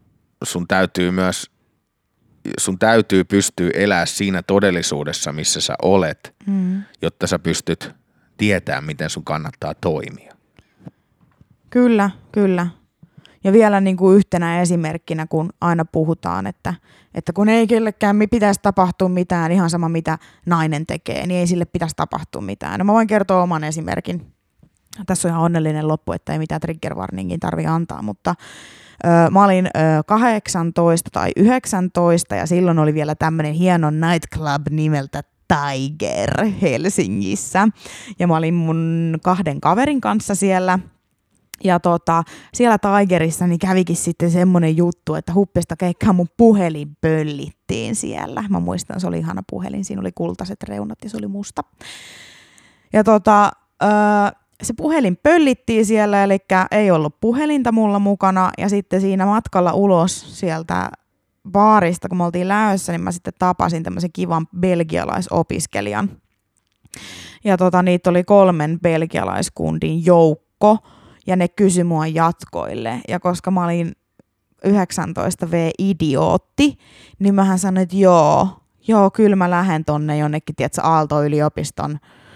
sun täytyy pystyä elämään siinä todellisuudessa, missä sä olet, jotta sä pystyt tietämään, miten sun kannattaa toimia.
Kyllä, kyllä. Ja vielä niin kuin yhtenä esimerkkinä, kun aina puhutaan, että kun ei kellekään pitäisi tapahtua mitään, ihan sama mitä nainen tekee, niin ei sille pitäisi tapahtua mitään. No mä voin kertoa oman esimerkin. Tässä on ihan onnellinen loppu, että ei mitään trigger warningin tarvitse antaa, mutta mä olin 18 tai 19 ja silloin oli vielä tämmöinen hieno nightclub nimeltä Tiger Helsingissä. Ja mä olin mun 2 kaverin kanssa siellä. Ja siellä Tigerissa niin kävikin sitten semmoinen juttu, että huppista keikkaa mun puhelin pöllittiin siellä. Mä muistan, se oli ihana puhelin, siinä oli kultaiset reunat ja se oli musta. Ja se puhelin pöllittiin siellä, eli ei ollut puhelinta mulla mukana. Ja sitten siinä matkalla ulos sieltä baarista, kun me oltiin lähdössä, niin mä sitten tapasin tämmöisen kivan belgialaisopiskelijan. Ja niitä oli 3 belgialaiskundin joukko. Ja ne kysyi mua jatkoille. Ja koska mä olin 19V-idiootti, niin mähän sanoin, että joo, kyllä mä lähden tonne jonnekin, tiedätkö, Aalto-yliopiston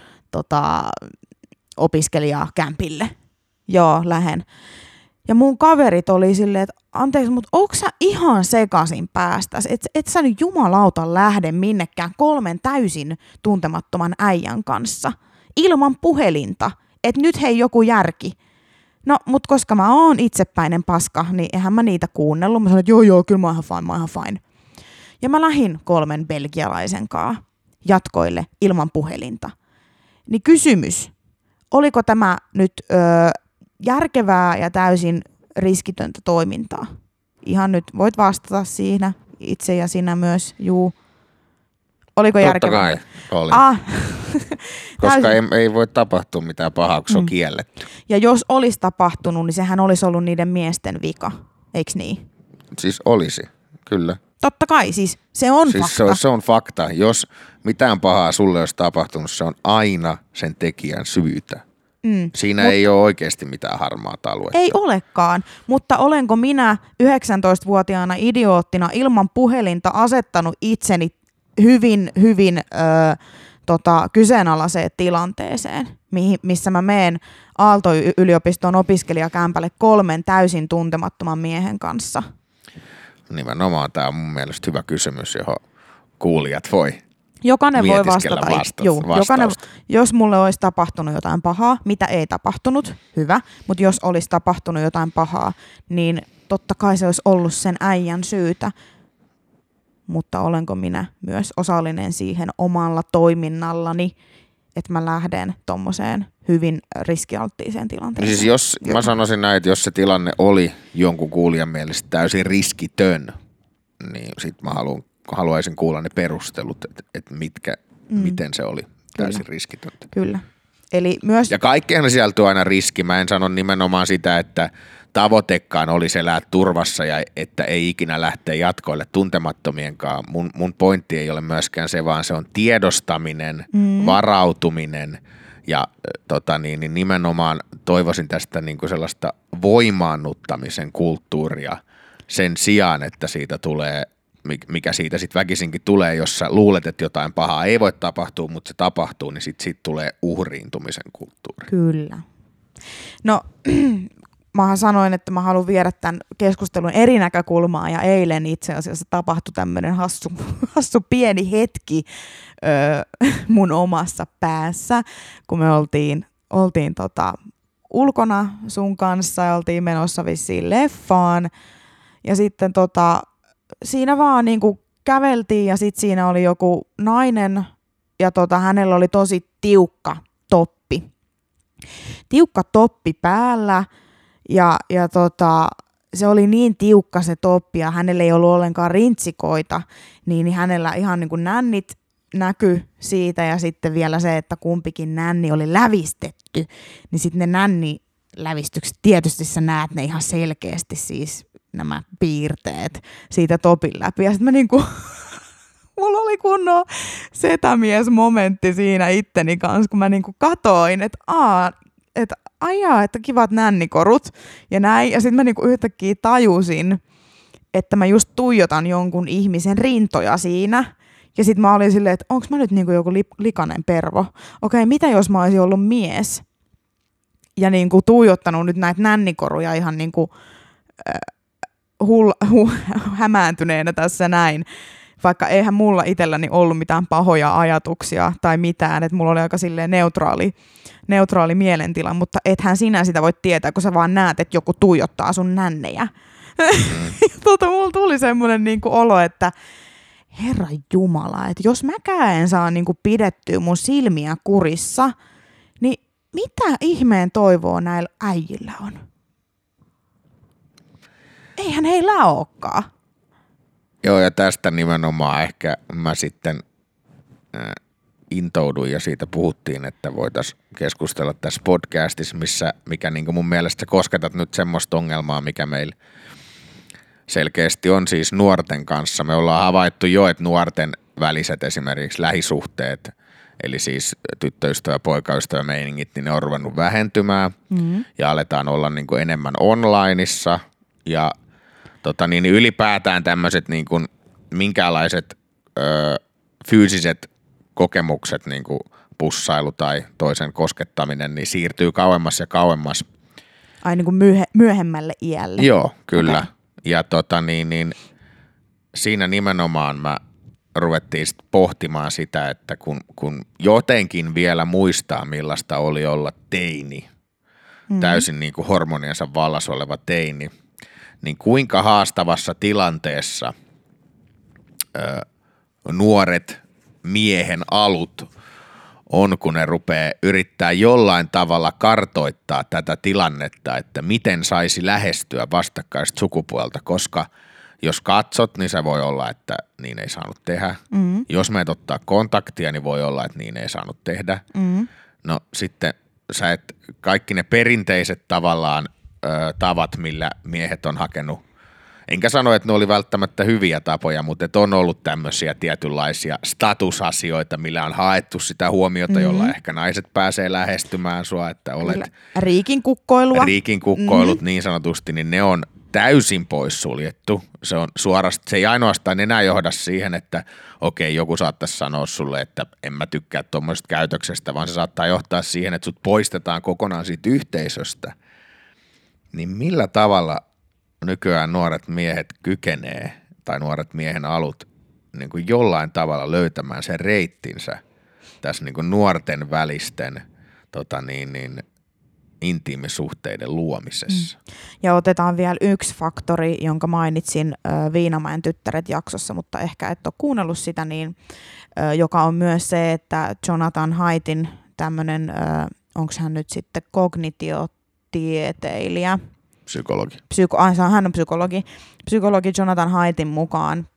opiskelijakämpille. Joo, lähden. Ja mun kaverit oli silleen, että anteeksi, mutta onko sä ihan sekaisin päästäs? Et sä nyt jumalauta lähde minnekään 3 täysin tuntemattoman äijän kanssa. Ilman puhelinta. Että nyt hei joku järki. No, mutta koska mä oon itsepäinen paska, niin eihän mä niitä kuunnellut. Mä sanoin, että joo, kyllä mä oon ihan fine. Ja mä lähdin 3 belgialaisen kanssa jatkoille ilman puhelinta. Niin kysymys, oliko tämä nyt järkevää ja täysin riskitöntä toimintaa? Ihan nyt voit vastata siinä itse ja sinä myös, juu. Oliko järkevää?
Totta kai oli. Koska ei voi tapahtua mitään pahaa, kun se on kielletty.
Ja jos olisi tapahtunut, niin sehän olisi ollut niiden miesten vika, eikö niin?
Siis olisi, kyllä.
Totta kai, siis se on fakta.
Se on fakta. Jos mitään pahaa sulle olisi tapahtunut, se on aina sen tekijän syytä. Siinä ei ole oikeasti mitään harmaata aluetta.
Ei olekaan, mutta olenko minä 19-vuotiaana idioottina ilman puhelinta asettanut itseni hyvin kyseenalaiseen tilanteeseen, missä mä menen Aalto-yliopiston opiskelijakämpälle 3 täysin tuntemattoman miehen kanssa?
Nimenomaan tämä on mun mielestä hyvä kysymys, johon kuulijat voi
Jokainen voi vastata.
Jokainen,
jos mulle olisi tapahtunut jotain pahaa, mitä ei tapahtunut, hyvä, mutta jos olisi tapahtunut jotain pahaa, niin totta kai se olisi ollut sen äijän syytä. Mutta olenko minä myös osallinen siihen omalla toiminnallani, että mä lähden tommoseen hyvin riskialttiiseen tilanteeseen.
Siis mä sanoisin näin, että jos se tilanne oli jonkun kuulijan mielestä täysin riskitön, niin sit mä haluaisin kuulla ne perustelut, että miten se oli täysin riskitöntä.
Kyllä. Eli myös...
Ja kaikkeen sisältyy aina riski. Mä en sano nimenomaan sitä, että tavoitekaan olisi elää turvassa ja että ei ikinä lähteä jatkoille tuntemattomienkaan. Mun pointti ei ole myöskään se, vaan se on tiedostaminen, varautuminen ja nimenomaan toivoisin tästä niinku sellaista voimaannuttamisen kulttuuria sen sijaan, että siitä tulee, mikä siitä sitten väkisinkin tulee, jos sä luulet, että jotain pahaa ei voi tapahtua, mutta se tapahtuu, niin siitä tulee uhriintumisen kulttuuri.
Kyllä. No... Mä sanoin, että mä haluan viedä tämän keskustelun eri näkökulmaa ja eilen itse asiassa tapahtui tämmöinen hassu pieni hetki mun omassa päässä, kun me oltiin ulkona sun kanssa ja oltiin menossa vissiin leffaan ja sitten siinä vaan niinku käveltiin ja sitten siinä oli joku nainen ja hänellä oli tosi tiukka toppi päällä. Ja se oli niin tiukka se toppi ja hänellä ei ollut ollenkaan rintsikoita, niin hänellä ihan niin kuin nännit näkyi siitä ja sitten vielä se, että kumpikin nänni oli lävistetty, niin sitten ne nännilävistykset, tietysti sä näet ne ihan selkeästi siis, nämä piirteet siitä topin läpi. Ja sitten mä niinku, mulla oli kunnon setämies-momentti siinä itteni kanssa, kun mä niinku katoin, että että kivat nännikorut ja näin. Ja sitten mä niinku yhtäkkiä tajusin, että mä just tuijotan jonkun ihmisen rintoja siinä. Ja sitten mä olin silleen, että onko mä nyt niinku joku likainen pervo? Okei, mitä jos mä olisin ollut mies? Ja niinku tuijottanut nyt näitä nännikoruja ihan niinku hämääntyneenä tässä näin. Vaikka eihän mulla itselläni ollut mitään pahoja ajatuksia tai mitään, että mulla oli aika silleen neutraali mielentila, mutta ethän sinä sitä voi tietää, kun sä vaan näet, että joku tuijottaa sun nännejä. Mulla tuli semmoinen niinku olo, että Herra Jumala, että jos mäkään en saa niinku pidettyä mun silmiä kurissa, niin mitä ihmeen toivoa näillä äijillä on? Eihän heillä olekaan.
Joo, ja tästä nimenomaan ehkä mä sitten intouduin ja siitä puhuttiin, että voitaisiin keskustella tässä podcastissa, mikä niin kuin mun mielestä kosketat nyt semmoista ongelmaa, mikä meillä selkeästi on siis nuorten kanssa. Me ollaan havaittu jo, että nuorten väliset esimerkiksi lähisuhteet, eli siis tyttöystävä- ja poikaystävämeiningit, niin ne on ruvennut vähentymään ja aletaan olla niin kuin enemmän onlineissa ja niin ylipäätään tämmöiset niin kuin minkäänlaiset fyysiset kokemukset, niin kuin pussailu tai toisen koskettaminen, niin siirtyy kauemmas ja kauemmas.
Ai niin kuin myöhemmälle iälle.
Joo, kyllä. Okay. Ja siinä nimenomaan mä ruvettiin pohtimaan sitä, että kun jotenkin vielä muistaa, millaista oli olla teini, täysin niin kuin hormoniensa vallassa oleva teini, niin kuinka haastavassa tilanteessa nuoret miehen alut on, kun ne rupeaa yrittää jollain tavalla kartoittaa tätä tilannetta, että miten saisi lähestyä vastakkaista sukupuolta, koska jos katsot, niin se voi olla, että niin ei saanut tehdä. Jos meet ottaa kontaktia, niin voi olla, että niin ei saanut tehdä. No sitten kaikki ne perinteiset tavallaan tavat, millä miehet on hakenut, enkä sano, että ne oli välttämättä hyviä tapoja, mutta on ollut tämmöisiä tietynlaisia statusasioita, millä on haettu sitä huomiota, jolla ehkä naiset pääsee lähestymään sua, että olet riikinkukkoilut niin sanotusti, niin ne on täysin poissuljettu. Se ei ainoastaan enää johda siihen, että okei, joku saattaisi sanoa sulle, että en mä tykkää tuommoisesta käytöksestä, vaan se saattaa johtaa siihen, että sut poistetaan kokonaan siitä yhteisöstä. Niin millä tavalla nykyään nuoret miehet kykenee, tai nuoret miehen alut, niin kuin jollain tavalla löytämään sen reittinsä tässä niin kuin nuorten välisten intiimisuhteiden luomisessa.
Ja otetaan vielä yksi faktori, jonka mainitsin Viinamäen tyttäret -jaksossa, mutta ehkä et ole kuunnellut sitä, niin, joka on myös se, että Jonathan Haitin tämmöinen, onko hän nyt sitten kognitiotieteilijä,
psykologi.
Hän on psykologi. Psykologi Jonathan Haitin mukaan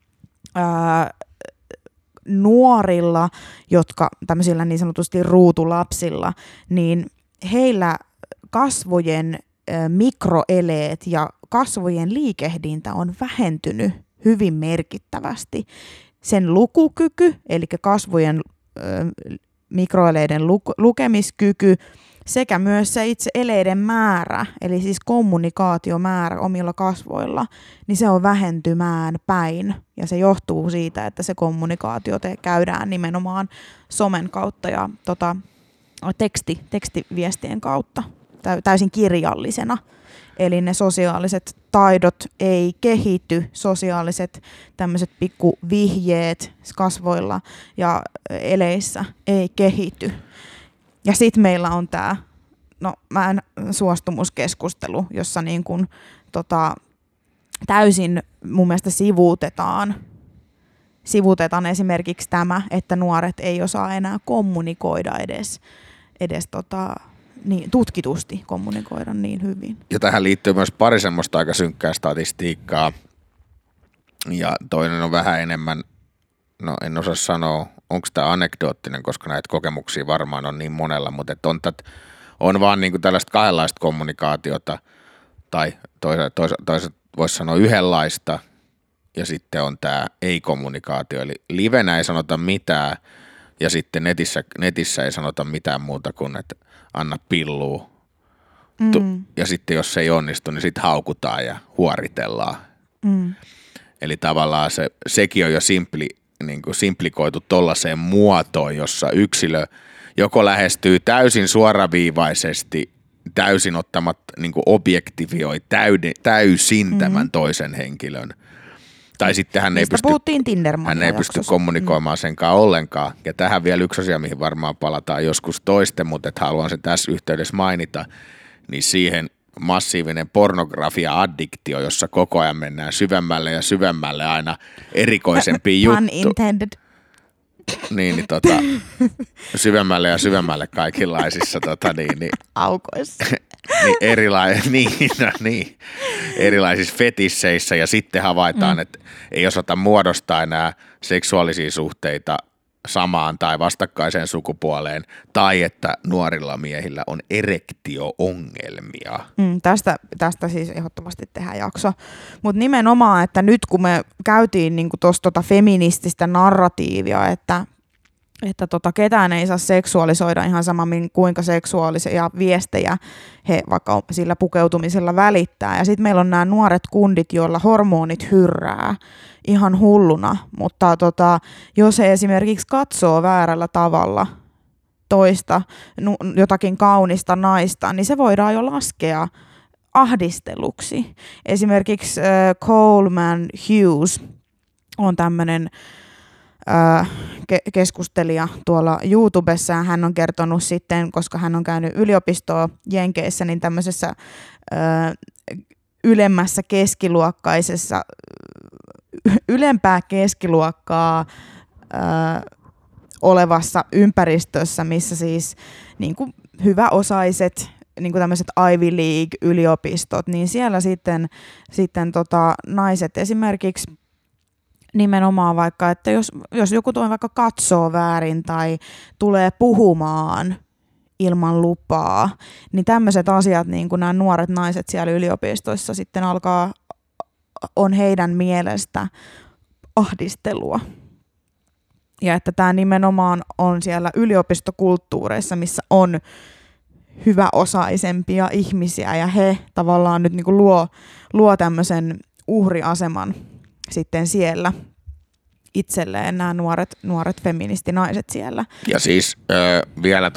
nuorilla, jotka tämmöisillä niin sanotusti ruutulapsilla, niin heillä kasvojen mikroeleet ja kasvojen liikehdintä on vähentynyt hyvin merkittävästi. Sen lukukyky, eli kasvojen mikroeleiden lukemiskyky, sekä myös se itse eleiden määrä, eli siis kommunikaatiomäärä omilla kasvoilla, niin se on vähentymään päin. Ja se johtuu siitä, että se kommunikaatio käydään nimenomaan somen kautta ja tekstiviestien kautta täysin kirjallisena. Eli ne sosiaaliset taidot ei kehity, sosiaaliset tämmöiset pikkuvihjeet kasvoilla ja eleissä ei kehity. Ja sitten meillä on tämä suostumuskeskustelu, jossa niin kun, täysin mun mielestä sivuutetaan esimerkiksi tämä, että nuoret ei osaa enää kommunikoida edes niin, tutkitusti kommunikoida niin hyvin.
Ja tähän liittyy myös pari semmoista aika synkkää statistiikkaa. Ja toinen on vähän enemmän, no en osaa sanoa, onko tämä anekdoottinen, koska näitä kokemuksia varmaan on niin monella, mutta on vaan niinku tällaista kahdenlaista kommunikaatiota, tai toiset voisi sanoa yhdenlaista, ja sitten on tämä ei-kommunikaatio, eli livenä ei sanota mitään, ja sitten netissä ei sanota mitään muuta kuin, että anna pillua. Ja sitten jos se ei onnistu, niin sitten haukutaan ja huoritellaan. Eli tavallaan sekin on jo simplikoitu tollaiseen muotoon, jossa yksilö joko lähestyy täysin suoraviivaisesti, täysin ottamatta, niin kuin objektivioi täysin tämän toisen henkilön. Tai sitten hän ei pysty kommunikoimaan senkaan ollenkaan. Ja tähän vielä yksi asia, mihin varmaan palataan joskus toisten, mutta et haluan se tässä yhteydessä mainita, niin siihen massiivinen pornografia-addiktio, jossa koko ajan mennään syvemmälle ja syvemmälle aina erikoisempiin juttuihin. Syvemmälle ja syvemmälle kaikenlaisissa
aukoissa.
Erilaisissa fetisseissä, ja sitten havaitaan, että ei osata muodostaa enää seksuaalisia suhteita samaan tai vastakkaiseen sukupuoleen, tai että nuorilla miehillä on erektio-ongelmia.
Tästä siis ehdottomasti tehdään jakso. Mutta nimenomaan, että nyt kun me käytiin niinku tuosta feminististä narratiivia, että ketään ei saa seksuaalisoida ihan samammin kuinka seksuaalisia viestejä he vaikka sillä pukeutumisella välittää. Ja sitten meillä on nämä nuoret kundit, joilla hormonit hyrrää ihan hulluna, mutta jos he esimerkiksi katsoo väärällä tavalla toista, jotakin kaunista naista, niin se voidaan jo laskea ahdisteluksi. Esimerkiksi Coleman Hughes on tämmöinen keskustelija tuolla YouTubessa, ja hän on kertonut sitten, koska hän on käynyt yliopistoa Jenkeissä, niin tämmöisessä ylempää keskiluokkaa olevassa ympäristössä, missä siis niin kuin hyväosaiset niin kuin tämmöiset Ivy League-yliopistot, niin siellä sitten naiset esimerkiksi nimenomaan vaikka, että jos joku vaikka katsoo väärin tai tulee puhumaan ilman lupaa, niin tämmöiset asiat, niin kuin nämä nuoret naiset siellä yliopistoissa sitten on heidän mielestä ahdistelua. Ja että tämä nimenomaan on siellä yliopistokulttuureissa, missä on hyväosaisempia ihmisiä, ja he tavallaan nyt niin kuin luo tämmöisen uhriaseman sitten siellä itselleen, nämä nuoret feministinaiset siellä.
Ja siis vielä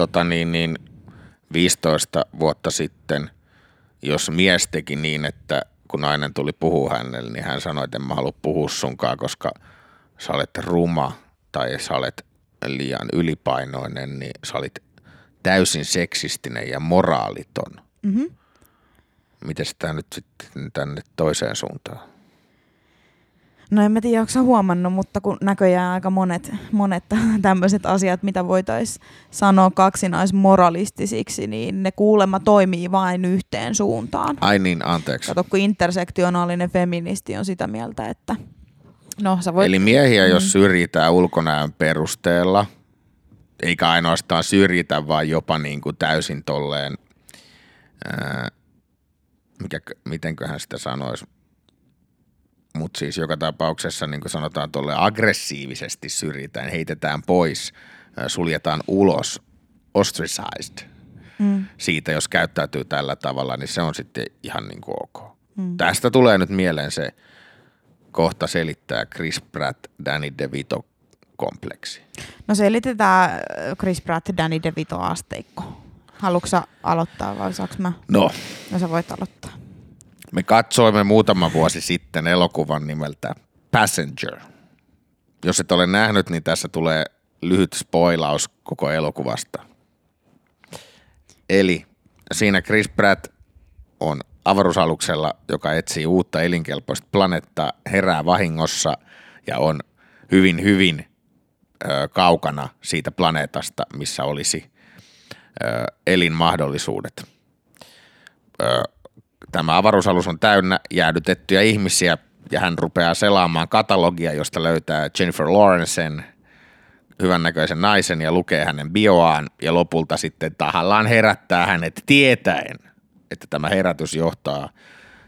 15 vuotta sitten, jos mies teki niin, että kun nainen tuli puhua hänelle, niin hän sanoi, että en mä halua puhua sunkaan, koska sä olet ruma tai sä olet liian ylipainoinen, niin sä olit täysin seksistinen ja moraaliton. Mm-hmm. Mites tää nyt sitten tänne toiseen suuntaan?
No en mä tiedä, onko sä huomannut, mutta kun näköjään aika monet tämmöiset asiat, mitä voitaisiin sanoa kaksinaismoralistisiksi, niin ne kuulemma toimii vain yhteen suuntaan.
Ai niin, anteeksi.
Kato, kun intersektionaalinen feministi on sitä mieltä, että sä voit...
Eli miehiä, jos syrjitään ulkonäön perusteella, eikä ainoastaan syrjitä, vaan jopa niin kuin täysin tolleen, mitenköhän sitä sanoisi, mutta siis joka tapauksessa niin kuin sanotaan tolleen aggressiivisesti syrjitään, heitetään pois, suljetaan ulos, ostracized siitä, jos käyttäytyy tällä tavalla, niin se on sitten ihan niin kuin ok. Tästä tulee nyt mieleen se kohta selittää Chris Pratt, Danny DeVito kompleksi.
No selitetään Chris Pratt, Danny DeVito asteikko. Haluatko sä aloittaa vai saanko mä?
No
sä voit aloittaa.
Me katsoimme muutama vuosi sitten elokuvan nimeltä Passenger. Jos et ole nähnyt, niin tässä tulee lyhyt spoilaus koko elokuvasta. Eli siinä Chris Pratt on avaruusaluksella, joka etsii uutta elinkelpoista planeettaa, herää vahingossa ja on hyvin kaukana siitä planeetasta, missä olisi elinmahdollisuudet. Tämä avaruusalus on täynnä jäädytettyjä ihmisiä, ja hän rupeaa selaamaan katalogia, josta löytää Jennifer Lawrencen, hyvännäköisen naisen, ja lukee hänen bioaan, ja lopulta sitten tahallaan herättää hänet tietäen, että tämä herätys johtaa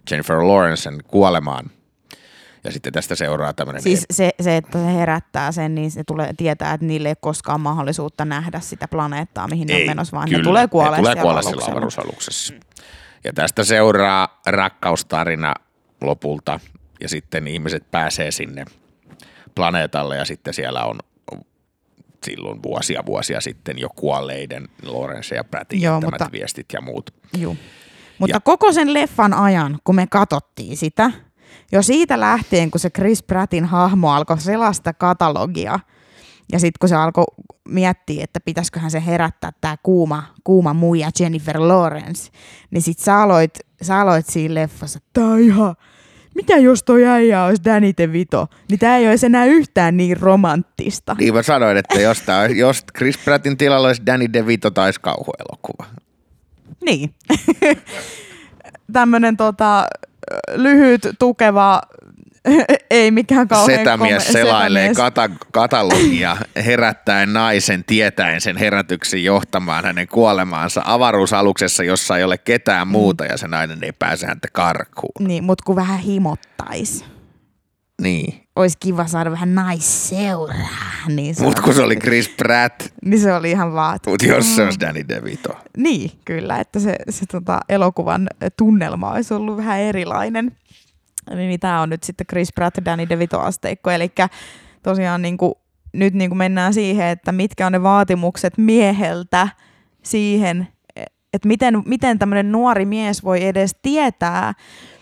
Jennifer Lawrencen kuolemaan. Ja sitten tästä seuraa tämmöinen...
Siis se, että se herättää sen, niin se tulee tietää, että niille ei koskaan mahdollisuutta nähdä sitä planeettaa, mihin ne on menossa, vaan ne tulee kuolleella
sillä avaruusaluksessa. Ja tästä seuraa rakkaustarina lopulta, ja sitten ihmiset pääsee sinne planeetalle, ja sitten siellä on silloin vuosia sitten jo kuolleiden Lawrence ja Prattin jättämät viestit ja muut.
Joo. Mutta koko sen leffan ajan, kun me katsottiin sitä, jo siitä lähtien, kun se Chris Prattin hahmo alkoi selasta katalogia, ja sitten kun se alkoi miettiä, että pitäisiköhän se herättää tämä kuuma muija Jennifer Lawrence, niin sitten sä aloit siinä leffassa, tää on ihan, mitä jos toi äijä olisi Danny DeVito, niin tää ei olisi enää yhtään niin romanttista.
Niin mä sanoin, että jos Chris Prattin tilalla olisi Danny DeVito, taisi kauhuelokuva.
Niin. Tämmönen lyhyt, tukeva, ei mikään kauhean
setämies selailee katalogia herättäen naisen tietäen sen herätyksen johtamaan hänen kuolemaansa avaruusaluksessa, jossa ei ole ketään muuta ja se nainen ei pääse häntä karkuun.
Niin, mutta kun vähän himottais.
Niin.
Olisi kiva saada vähän naisseuraa. Niin
mutta kun se oli Chris Pratt.
Niin se oli ihan vaat.
Mutta jos se olisi Danny DeVito.
Niin, kyllä, että se elokuvan tunnelma olisi ollut vähän erilainen. Niin tämä on nyt sitten Chris Pratt Danny DeVito-asteikko. Eli tosiaan nyt mennään siihen, että mitkä on ne vaatimukset mieheltä siihen, että miten tämmöinen nuori mies voi edes tietää,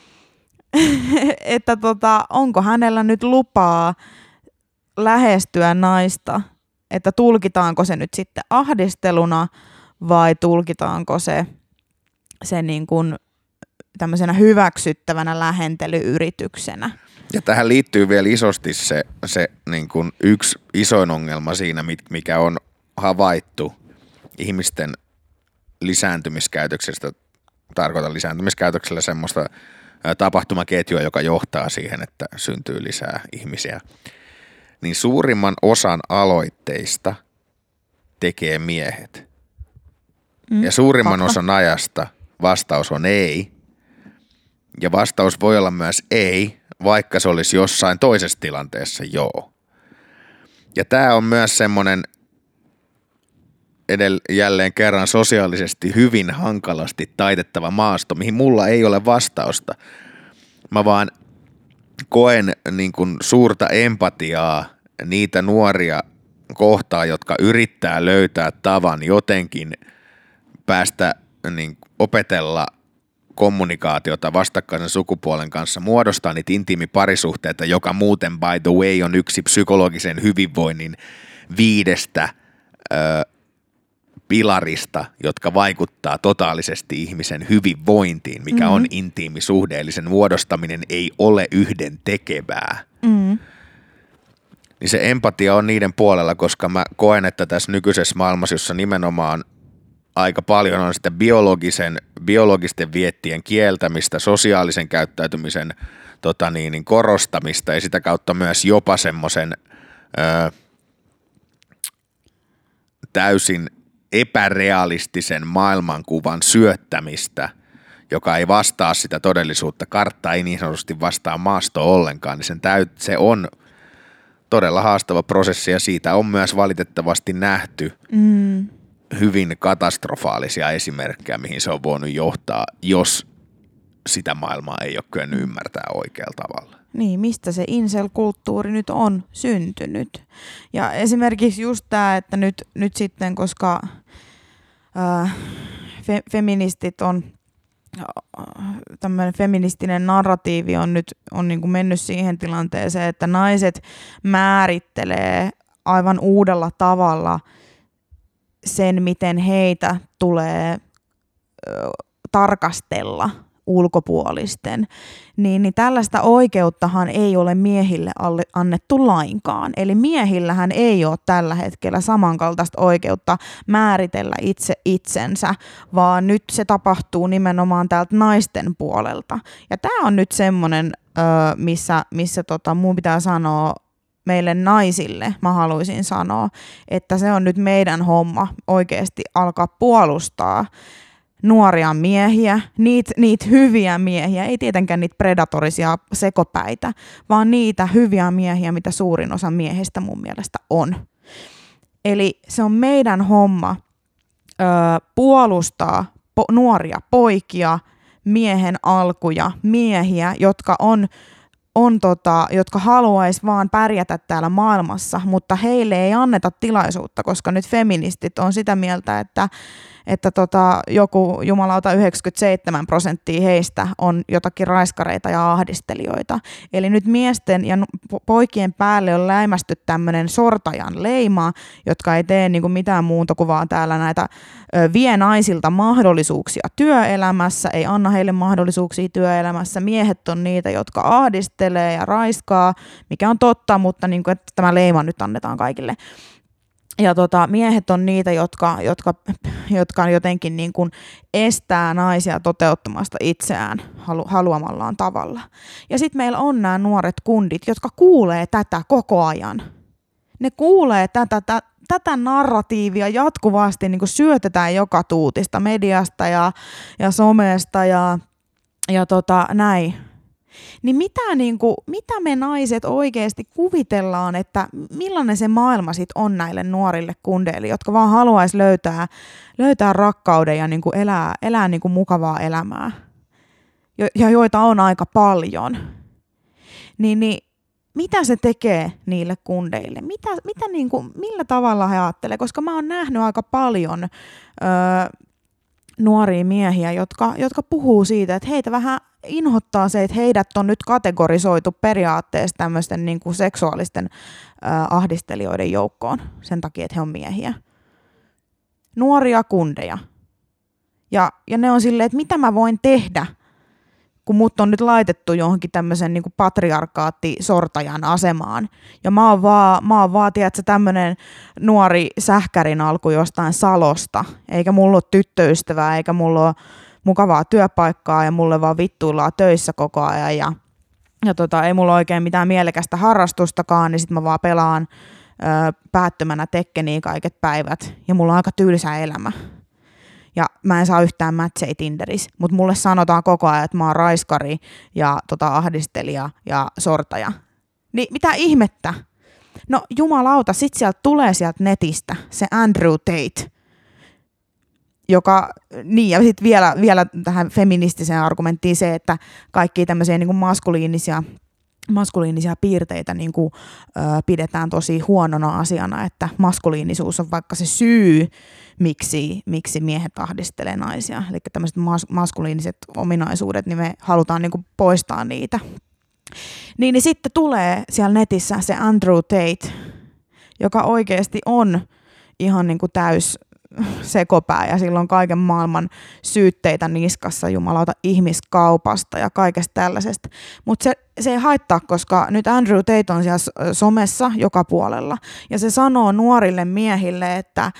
että onko hänellä nyt lupaa lähestyä naista, että tulkitaanko se nyt sitten ahdisteluna vai tulkitaanko se niin kuin tämmöisenä hyväksyttävänä lähentelyyrityksenä.
Ja tähän liittyy vielä isosti se niin kuin yksi isoin ongelma siinä, mikä on havaittu ihmisten lisääntymiskäytöksestä. Tarkoitan lisääntymiskäytöksellä semmoista tapahtumaketjua, joka johtaa siihen, että syntyy lisää ihmisiä. Niin suurimman osan aloitteista tekee miehet. Ja suurimman osan ajasta vastaus on ei. Ja vastaus voi olla myös ei, vaikka se olisi jossain toisessa tilanteessa joo. Ja tämä on myös semmoinen jälleen kerran sosiaalisesti hyvin hankalasti taitettava maasto, mihin mulla ei ole vastausta. Mä vaan koen niin kuin suurta empatiaa niitä nuoria kohtaan, jotka yrittää löytää tavan jotenkin päästä opetella kommunikaatiota vastakkaisen sukupuolen kanssa, muodostaa niitä intiimiparisuhteita, joka muuten by the way on yksi psykologisen hyvinvoinnin 5 pilarista, jotka vaikuttaa totaalisesti ihmisen hyvinvointiin, mikä on intiimisuhde, eli sen muodostaminen ei ole yhden tekevää. Niin se empatia on niiden puolella, koska mä koen, että tässä nykyisessä maailmassa, jossa nimenomaan aika paljon on sitä biologisten viettien kieltämistä, sosiaalisen käyttäytymisen korostamista ja sitä kautta myös jopa semmoisen täysin epärealistisen maailmankuvan syöttämistä, joka ei vastaa sitä todellisuutta. Kartta ei niin sanotusti vastaa maastoa ollenkaan, niin se on todella haastava prosessi ja siitä on myös valitettavasti nähty hyvin katastrofaalisia esimerkkejä, mihin se on voinut johtaa, jos sitä maailmaa ei ole kyennyt ymmärtää oikealla tavalla.
Niin, mistä se incel-kulttuuri nyt on syntynyt. Ja esimerkiksi just tämä, että nyt sitten, koska feministit on, tämmöinen feministinen narratiivi on nyt niin kuin mennyt siihen tilanteeseen, että naiset määrittelee aivan uudella tavalla sen, miten heitä tulee tarkastella ulkopuolisten, niin tällaista oikeuttahan ei ole miehille annettu lainkaan. Eli miehillähän ei ole tällä hetkellä samankaltaista oikeutta määritellä itse itsensä, vaan nyt se tapahtuu nimenomaan täältä naisten puolelta. Ja tämä on nyt semmoinen, missä mun pitää sanoa meille naisille, mä haluaisin sanoa, että se on nyt meidän homma oikeasti alkaa puolustaa nuoria miehiä, niitä hyviä miehiä, ei tietenkään niitä predatorisia sekopäitä, vaan niitä hyviä miehiä, mitä suurin osa miehistä mun mielestä on. Eli se on meidän homma puolustaa nuoria poikia, miehen alkuja, miehiä, jotka haluaisi vaan pärjätä täällä maailmassa, mutta heille ei anneta tilaisuutta, koska nyt feministit on sitä mieltä, että joku jumalauta 97% heistä on jotakin raiskareita ja ahdistelijoita. Eli nyt miesten ja poikien päälle on läimästy tämmöinen sortajan leima, jotka ei tee niinku mitään muuta kuin vaan täällä näitä vie naisilta mahdollisuuksia työelämässä, ei anna heille mahdollisuuksia työelämässä. Miehet on niitä, jotka ahdistelee ja raiskaa, mikä on totta, mutta niinku, että tämä leima nyt annetaan kaikille. Ja miehet on niitä, jotka jotenkin niin kuin estää naisia toteuttamasta itseään haluamallaan tavalla. Ja sitten meillä on nämä nuoret kundit, jotka kuulee tätä koko ajan. Ne kuulee tätä narratiivia jatkuvasti, niin kuin syötetään joka tuutista mediasta ja somesta ja näin. Niin mitä me naiset oikeasti kuvitellaan, että millainen se maailma sit on näille nuorille kundeille, jotka vaan haluaisi löytää rakkauden ja niin kuin elää niin kuin mukavaa elämää, ja joita on aika paljon. Niin mitä se tekee niille kundeille? Millä tavalla he ajattelee? Koska mä oon nähnyt aika paljon nuoria miehiä, jotka puhuu siitä, että heitä vähän inhottaa se, että heidät on nyt kategorisoitu periaatteessa tämmöisten niin kuin seksuaalisten ahdistelijoiden joukkoon sen takia, että he on miehiä. Nuoria kundeja. Ja ne on silleen, että mitä mä voin tehdä, kun mut on nyt laitettu johonkin tämmöisen niin kuin patriarkaatti-sortajan asemaan. Ja mä oon vaan tiedätkö, tämmönen nuori sähkärin alku jostain Salosta, eikä mulla ole tyttöystävää, eikä mulla ole mukavaa työpaikkaa, ja mulle vaan vittuillaan töissä koko ajan, ja ei mulla oikein mitään mielekästä harrastustakaan, niin sit mä vaan pelaan päättömänä Tekkeniä kaiket päivät, ja mulla on aika tylsä elämä. Ja mä en saa yhtään matcheja Tinderissä, mutta mulle sanotaan koko ajan, että mä oon raiskari ja ahdistelija ja sortaja. Niin mitä ihmettä? No jumalauta, sit sieltä tulee sieltä netistä se Andrew Tate, joka, niin ja sitten vielä tähän feministiseen argumenttiin se, että kaikki tämmöisiä niin kuin maskuliinisia piirteitä niin kuin, pidetään tosi huonona asiana, että maskuliinisuus on vaikka se syy, miksi miehet ahdistelee naisia. Eli tämmöiset maskuliiniset ominaisuudet, niin me halutaan niin kuin poistaa niitä. Niin sitten tulee siellä netissä se Andrew Tate, joka oikeasti on ihan niin kuin täys sekopää ja sillä on kaiken maailman syytteitä niskassa jumalauta ihmiskaupasta ja kaikesta tällaisesta. Mutta se ei haittaa, koska nyt Andrew Tate on siellä somessa joka puolella ja se sanoo nuorille miehille, että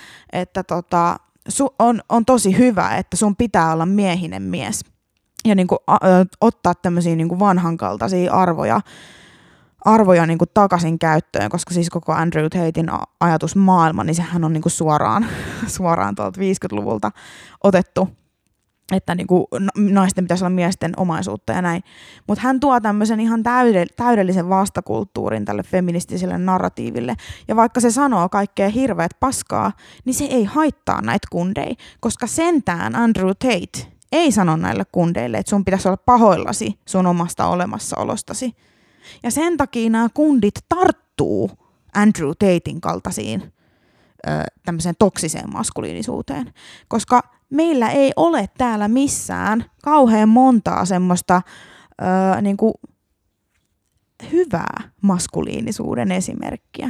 on tosi hyvä, että sun pitää olla miehinen mies ja niinku, ottaa tämmöisiä niinku vanhankaltaisia arvoja niin kuin takaisin käyttöön, koska siis koko Andrew Taten ajatusmaailma, niin sehän on niin kuin suoraan tuolta 50-luvulta otettu, että niin kuin naisten pitäisi olla miesten omaisuutta ja näin. Mutta hän tuo tämmöisen ihan täydellisen vastakulttuurin tälle feministiselle narratiiville. Ja vaikka se sanoo kaikkea hirveät paskaa, niin se ei haittaa näitä kundeja, koska sentään Andrew Tate ei sano näille kundeille, että sun pitäisi olla pahoillasi sun omasta olemassaolostasi. Ja sen takia nämä kundit tarttuu Andrew Taten kaltaisiin tämmöiseen toksiseen maskuliinisuuteen, koska meillä ei ole täällä missään kauhean montaa semmoista niinku hyvää maskuliinisuuden esimerkkiä.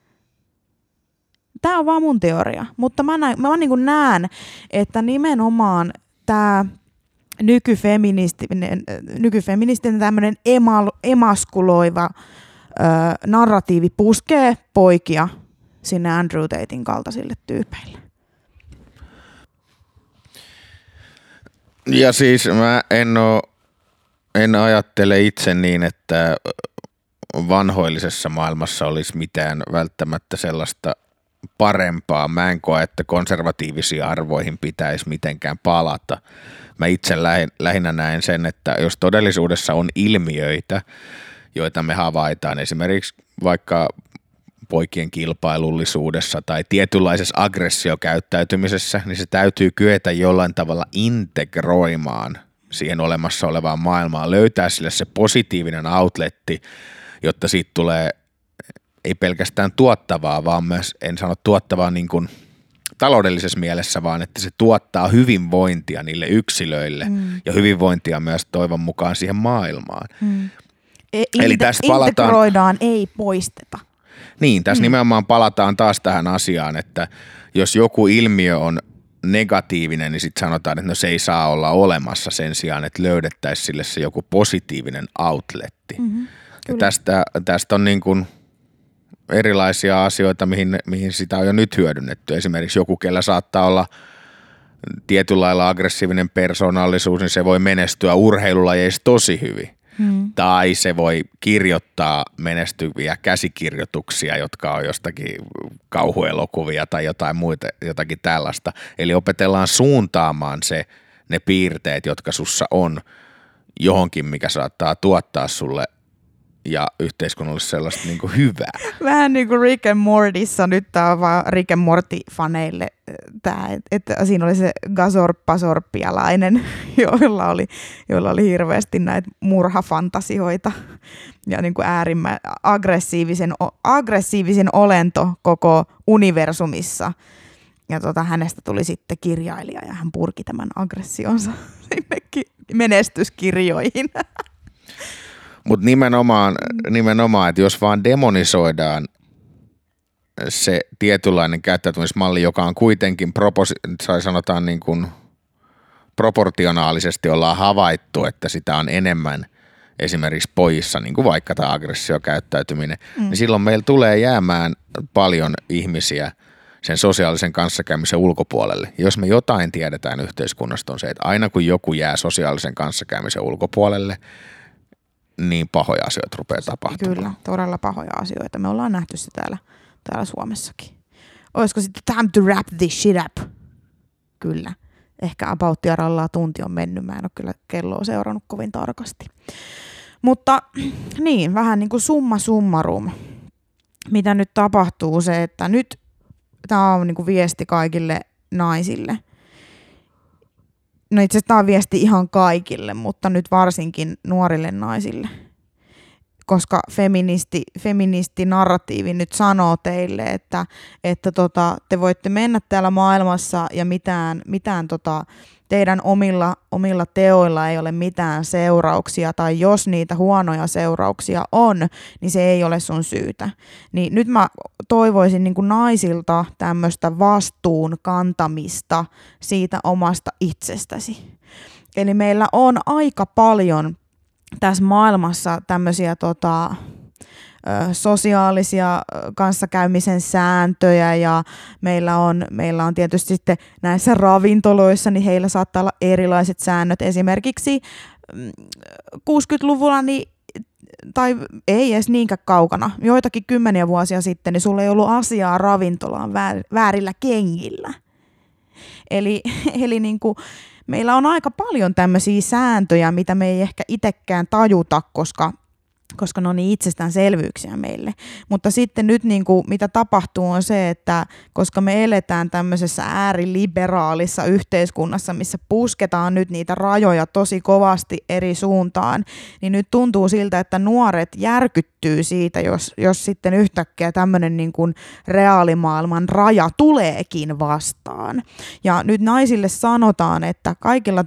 Tämä on vaan mun teoria, mutta mä niinku näen, että nimenomaan tämä nykyfeministinen tämmöinen emaskuloiva narratiivi puskee poikia sinne Andrew Taten kaltaisille tyypeille.
Ja siis mä en ajattele itse niin, että vanhoillisessa maailmassa olisi mitään välttämättä sellaista parempaa. Mä en koe, että konservatiivisiin arvoihin pitäisi mitenkään palata. Mä itse lähinnä näen sen, että jos todellisuudessa on ilmiöitä, joita me havaitaan esimerkiksi vaikka poikien kilpailullisuudessa tai tietynlaisessa aggressiokäyttäytymisessä, niin se täytyy kyetä jollain tavalla integroimaan siihen olemassa olevaan maailmaan, löytää sille se positiivinen outletti, jotta siitä tulee ei pelkästään tuottavaa, vaan myös, en sano tuottavaa niin kuin taloudellisessa mielessä, vaan että se tuottaa hyvinvointia niille yksilöille ja hyvinvointia myös toivon mukaan siihen maailmaan.
Eli tässä integroidaan, ei poisteta.
Niin, tässä nimenomaan palataan taas tähän asiaan, että jos joku ilmiö on negatiivinen, niin sitten sanotaan, että no se ei saa olla olemassa sen sijaan, että löydettäisiin sille se joku positiivinen outletti. Ja tästä on niin kuin erilaisia asioita, mihin sitä on jo nyt hyödynnetty. Esimerkiksi joku, kellä saattaa olla tietynlailla aggressiivinen persoonallisuus, niin se voi menestyä urheilulajeissa tosi hyvin. Tai se voi kirjoittaa menestyviä käsikirjoituksia, jotka on jostakin kauhuelokuvia tai jotain muita, jotakin tällaista. Eli opetellaan suuntaamaan ne piirteet, jotka sussa on johonkin, mikä saattaa tuottaa sulle ja yhteiskunnalle sellaista niin kuin hyvää. Vähän
niin kuin Rick and Mortyssa, nyt tämä on vaan Rick and Morty-faneille, että siinä oli se gasorppasorppialainen, jolla oli hirveästi näitä murhafantasioita ja niin kuin aggressiivisen olento koko universumissa. Ja hänestä tuli sitten kirjailija ja hän purki tämän aggressionsa sinne menestyskirjoihin.
Mutta nimenomaan, että jos vaan demonisoidaan se tietynlainen käyttäytymismalli, joka on kuitenkin sanotaan niin kuin proportionaalisesti ollaan havaittu, että sitä on enemmän esimerkiksi pojissa, niin kuin vaikka tämä aggressiokäyttäytyminen, niin silloin meillä tulee jäämään paljon ihmisiä sen sosiaalisen kanssakäymisen ulkopuolelle. Jos me jotain tiedetään yhteiskunnasta on se, että aina kun joku jää sosiaalisen kanssakäymisen ulkopuolelle, niin pahoja asioita rupeaa tapahtumaan.
Kyllä, todella pahoja asioita. Me ollaan nähty se täällä Suomessakin. Olisiko sitten time to wrap this shit up? Kyllä. Ehkä about rallaa tunti on mennyt. Mä en ole kyllä kelloa seurannut kovin tarkasti. Mutta niin, vähän niin kuin summa summarum. Mitä nyt tapahtuu se, että nyt tämä on niin kuin viesti kaikille naisille. No itse asiassa tämä on viesti ihan kaikille, mutta nyt varsinkin nuorille naisille, koska feministinarratiivi nyt sanoo teille, että te voitte mennä täällä maailmassa ja mitään teidän omilla teoilla ei ole mitään seurauksia, tai jos niitä huonoja seurauksia on, niin se ei ole sun syytä. Niin nyt mä toivoisin niin kuin naisilta tämmöistä vastuun kantamista siitä omasta itsestäsi. Eli meillä on aika paljon tässä maailmassa tämmöisiä sosiaalisia kanssakäymisen sääntöjä ja meillä on tietysti sitten näissä ravintoloissa, niin heillä saattaa olla erilaiset säännöt. Esimerkiksi 60-luvulla, tai ei edes niinkään kaukana, joitakin kymmeniä vuosia sitten, niin sulla ei ollut asiaa ravintolaan väärillä kengillä. Eli niin kuin meillä on aika paljon tämmöisiä sääntöjä, mitä me ei ehkä itsekään tajuta, koska ne on niin itsestäänselvyyksiä meille. Mutta sitten nyt niin kuin, mitä tapahtuu on se, että koska me eletään tämmöisessä ääriliberaalissa yhteiskunnassa, missä pusketaan nyt niitä rajoja tosi kovasti eri suuntaan, niin nyt tuntuu siltä, että nuoret järkyttyy siitä, jos sitten yhtäkkiä tämmöinen niin kuin reaalimaailman raja tuleekin vastaan. Ja nyt naisille sanotaan, että kaikilla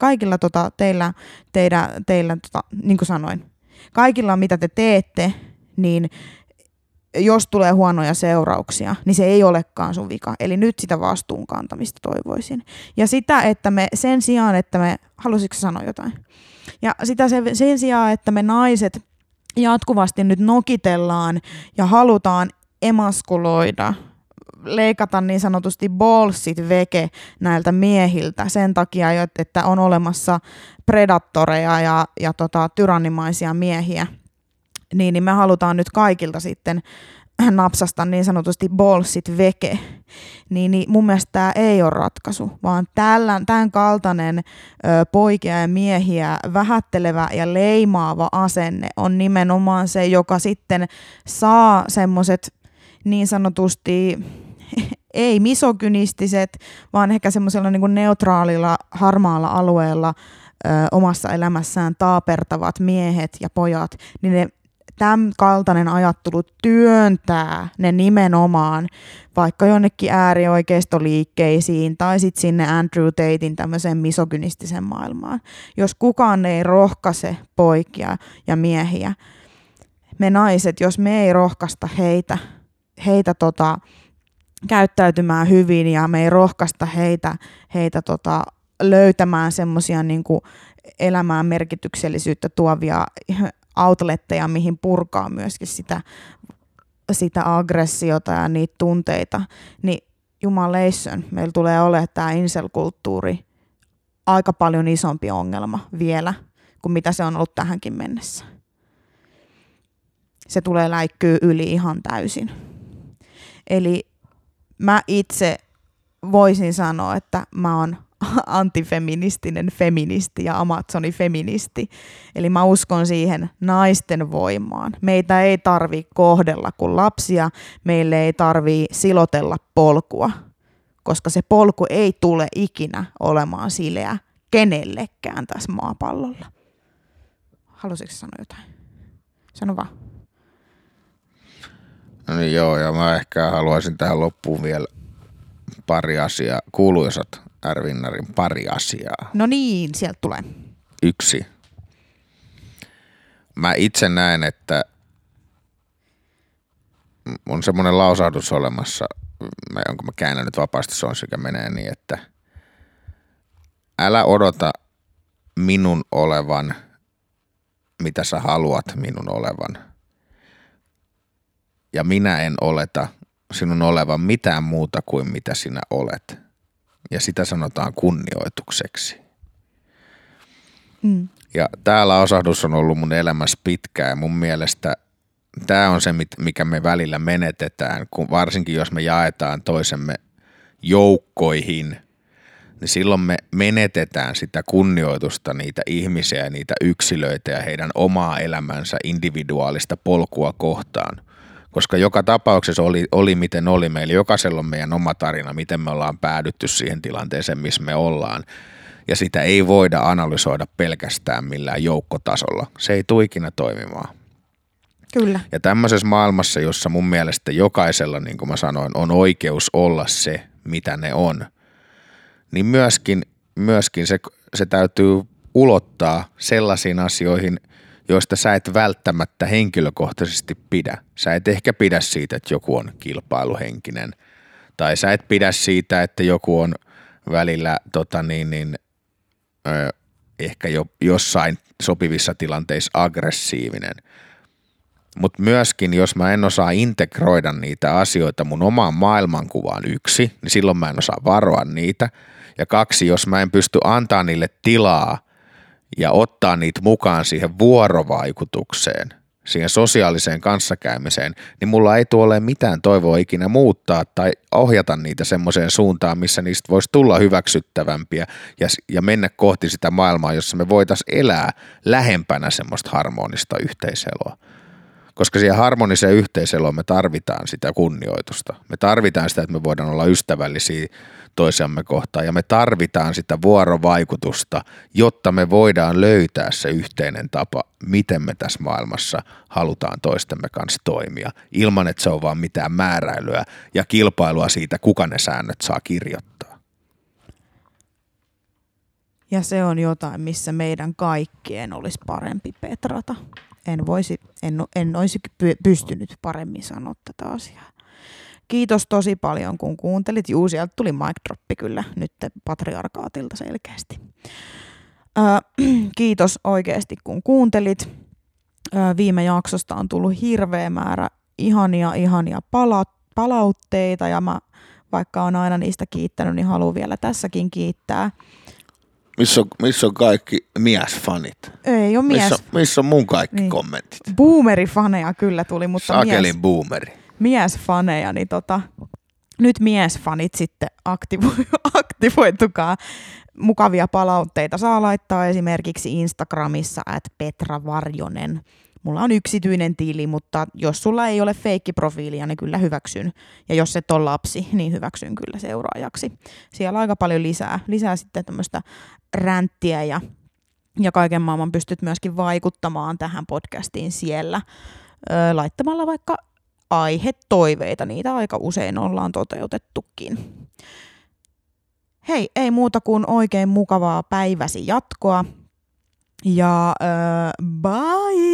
teillä niin kuin sanoin, kaikilla, mitä te teette, niin jos tulee huonoja seurauksia, niin se ei olekaan sun vika. Eli nyt sitä vastuun kantamista toivoisin. Ja sitä, että me sen sijaan, että me, halusitko sanoa jotain? Ja sitä sen sijaan, että me naiset jatkuvasti nyt nokitellaan ja halutaan emaskuloida, leikata niin sanotusti ballsit veke näiltä miehiltä sen takia, että on olemassa predattoreja ja tyrannimaisia miehiä, niin me halutaan nyt kaikilta sitten napsasta niin sanotusti ballsit veke, niin mun mielestä tämä ei ole ratkaisu, vaan tämän kaltainen poikia ja miehiä vähättelevä ja leimaava asenne on nimenomaan se, joka sitten saa semmoiset niin sanotusti ei misogynistiset, vaan ehkä semmoisella niin kuin neutraalilla, harmaalla alueella omassa elämässään taapertavat miehet ja pojat, niin ne tämän kaltainen ajattelu työntää ne nimenomaan vaikka jonnekin äärioikeistoliikkeisiin tai sitten sinne Andrew Tatein tämmöiseen misogynistisen maailmaan. Jos kukaan ei rohkaise poikia ja miehiä, me naiset, jos me ei rohkaista heitä käyttäytymään hyvin ja me ei rohkaista heitä löytämään semmoisia niinku elämään merkityksellisyyttä tuovia outletteja, mihin purkaa myöskin sitä aggressiota ja niitä tunteita, niin jumalation, meillä tulee olemaan tämä incel-kulttuuri aika paljon isompi ongelma vielä kuin mitä se on ollut tähänkin mennessä. Se tulee läikkyä yli ihan täysin. Eli mä itse voisin sanoa, että mä oon antifeministinen feministi ja amazonifeministi. Eli mä uskon siihen naisten voimaan. Meitä ei tarvitse kohdella kuin lapsia, meille ei tarvitse silotella polkua, koska se polku ei tule ikinä olemaan sileä kenellekään tässä maapallolla. Halusitko sanoa jotain? Sano vaan.
No niin joo, ja mä ehkä haluaisin tähän loppuun vielä pari asiaa. Kuuluisat R-Winnarin pari asiaa.
No niin, sieltä tulee.
1. Mä itse näen, että on semmoinen lausahdus olemassa, jonka mä käännän nyt vapaasti, se on sekä menee niin, että älä odota minun olevan, mitä sä haluat minun olevan. Ja minä en oleta sinun olevan mitään muuta kuin mitä sinä olet. Ja sitä sanotaan kunnioitukseksi. Mm. Ja tää lausahdus on ollut mun elämässä pitkään ja mun mielestä tää on se, mikä me välillä menetetään, kun varsinkin jos me jaetaan toisemme joukkoihin, niin silloin me menetetään sitä kunnioitusta niitä ihmisiä ja niitä yksilöitä ja heidän omaa elämänsä individuaalista polkua kohtaan. Koska joka tapauksessa oli miten oli. Meillä jokaisella on meidän oma tarina, miten me ollaan päädytty siihen tilanteeseen, missä me ollaan. Ja sitä ei voida analysoida pelkästään millään joukkotasolla. Se ei tule ikinä toimimaan.
Kyllä. Ja
tämmöisessä maailmassa, jossa mun mielestä jokaisella, niin kuin mä sanoin, on oikeus olla se, mitä ne on, niin myöskin se täytyy ulottaa sellaisiin asioihin, joista sä et välttämättä henkilökohtaisesti pidä. Sä et ehkä pidä siitä, että joku on kilpailuhenkinen. Tai sä et pidä siitä, että joku on välillä ehkä jo jossain sopivissa tilanteissa aggressiivinen. Mutta myöskin, jos mä en osaa integroida niitä asioita mun omaan maailmankuvaan 1, niin silloin mä en osaa varoa niitä. Ja 2, jos mä en pysty antaa niille tilaa ja ottaa niitä mukaan siihen vuorovaikutukseen, siihen sosiaaliseen kanssakäymiseen, niin mulla ei tule mitään toivoa ikinä muuttaa tai ohjata niitä semmoiseen suuntaan, missä niistä voisi tulla hyväksyttävämpiä ja mennä kohti sitä maailmaa, jossa me voitaisiin elää lähempänä semmoista harmonista yhteiseloa. Koska siihen harmoniseen yhteiseloon me tarvitaan sitä kunnioitusta. Me tarvitaan sitä, että me voidaan olla ystävällisiä toisiamme kohtaan ja me tarvitaan sitä vuorovaikutusta, jotta me voidaan löytää se yhteinen tapa, miten me tässä maailmassa halutaan toistemme kanssa toimia, ilman että se on vaan mitään määräilyä ja kilpailua siitä, kuka ne säännöt saa kirjoittaa.
Ja se on jotain, missä meidän kaikkien olisi parempi petrata. En olisi pystynyt paremmin sanoa tätä asiaa. Kiitos tosi paljon, kun kuuntelit. Juu, sieltä tuli mic droppi kyllä nyt patriarkaatilta selkeästi. Kiitos oikeasti, kun kuuntelit. Viime jaksosta on tullut hirveä määrä ihania palautteita ja mä, vaikka on aina niistä kiittänyt, niin haluan vielä tässäkin kiittää.
Missä on kaikki miesfanit?
Ei ole mies.
Missä on mun kaikki kommentit?
Boomerifaneja kyllä tuli, mutta
Sakelin boomeri.
miesfaneja, niin nyt miesfanit sitten aktivoitukaa. Mukavia palautteita saa laittaa esimerkiksi Instagramissa @petravarjonen. Mulla on yksityinen tili, mutta jos sulla ei ole feikkiprofiilia, niin kyllä hyväksyn. Ja jos et ole lapsi, niin hyväksyn kyllä seuraajaksi. Siellä on aika paljon lisää sitten tämmöistä ränttiä ja kaiken maailman pystyt myöskin vaikuttamaan tähän podcastiin siellä laittamalla vaikka aihetoiveita. Niitä aika usein ollaan toteutettukin. Hei, ei muuta kuin oikein mukavaa päiväsi jatkoa. Ja bye!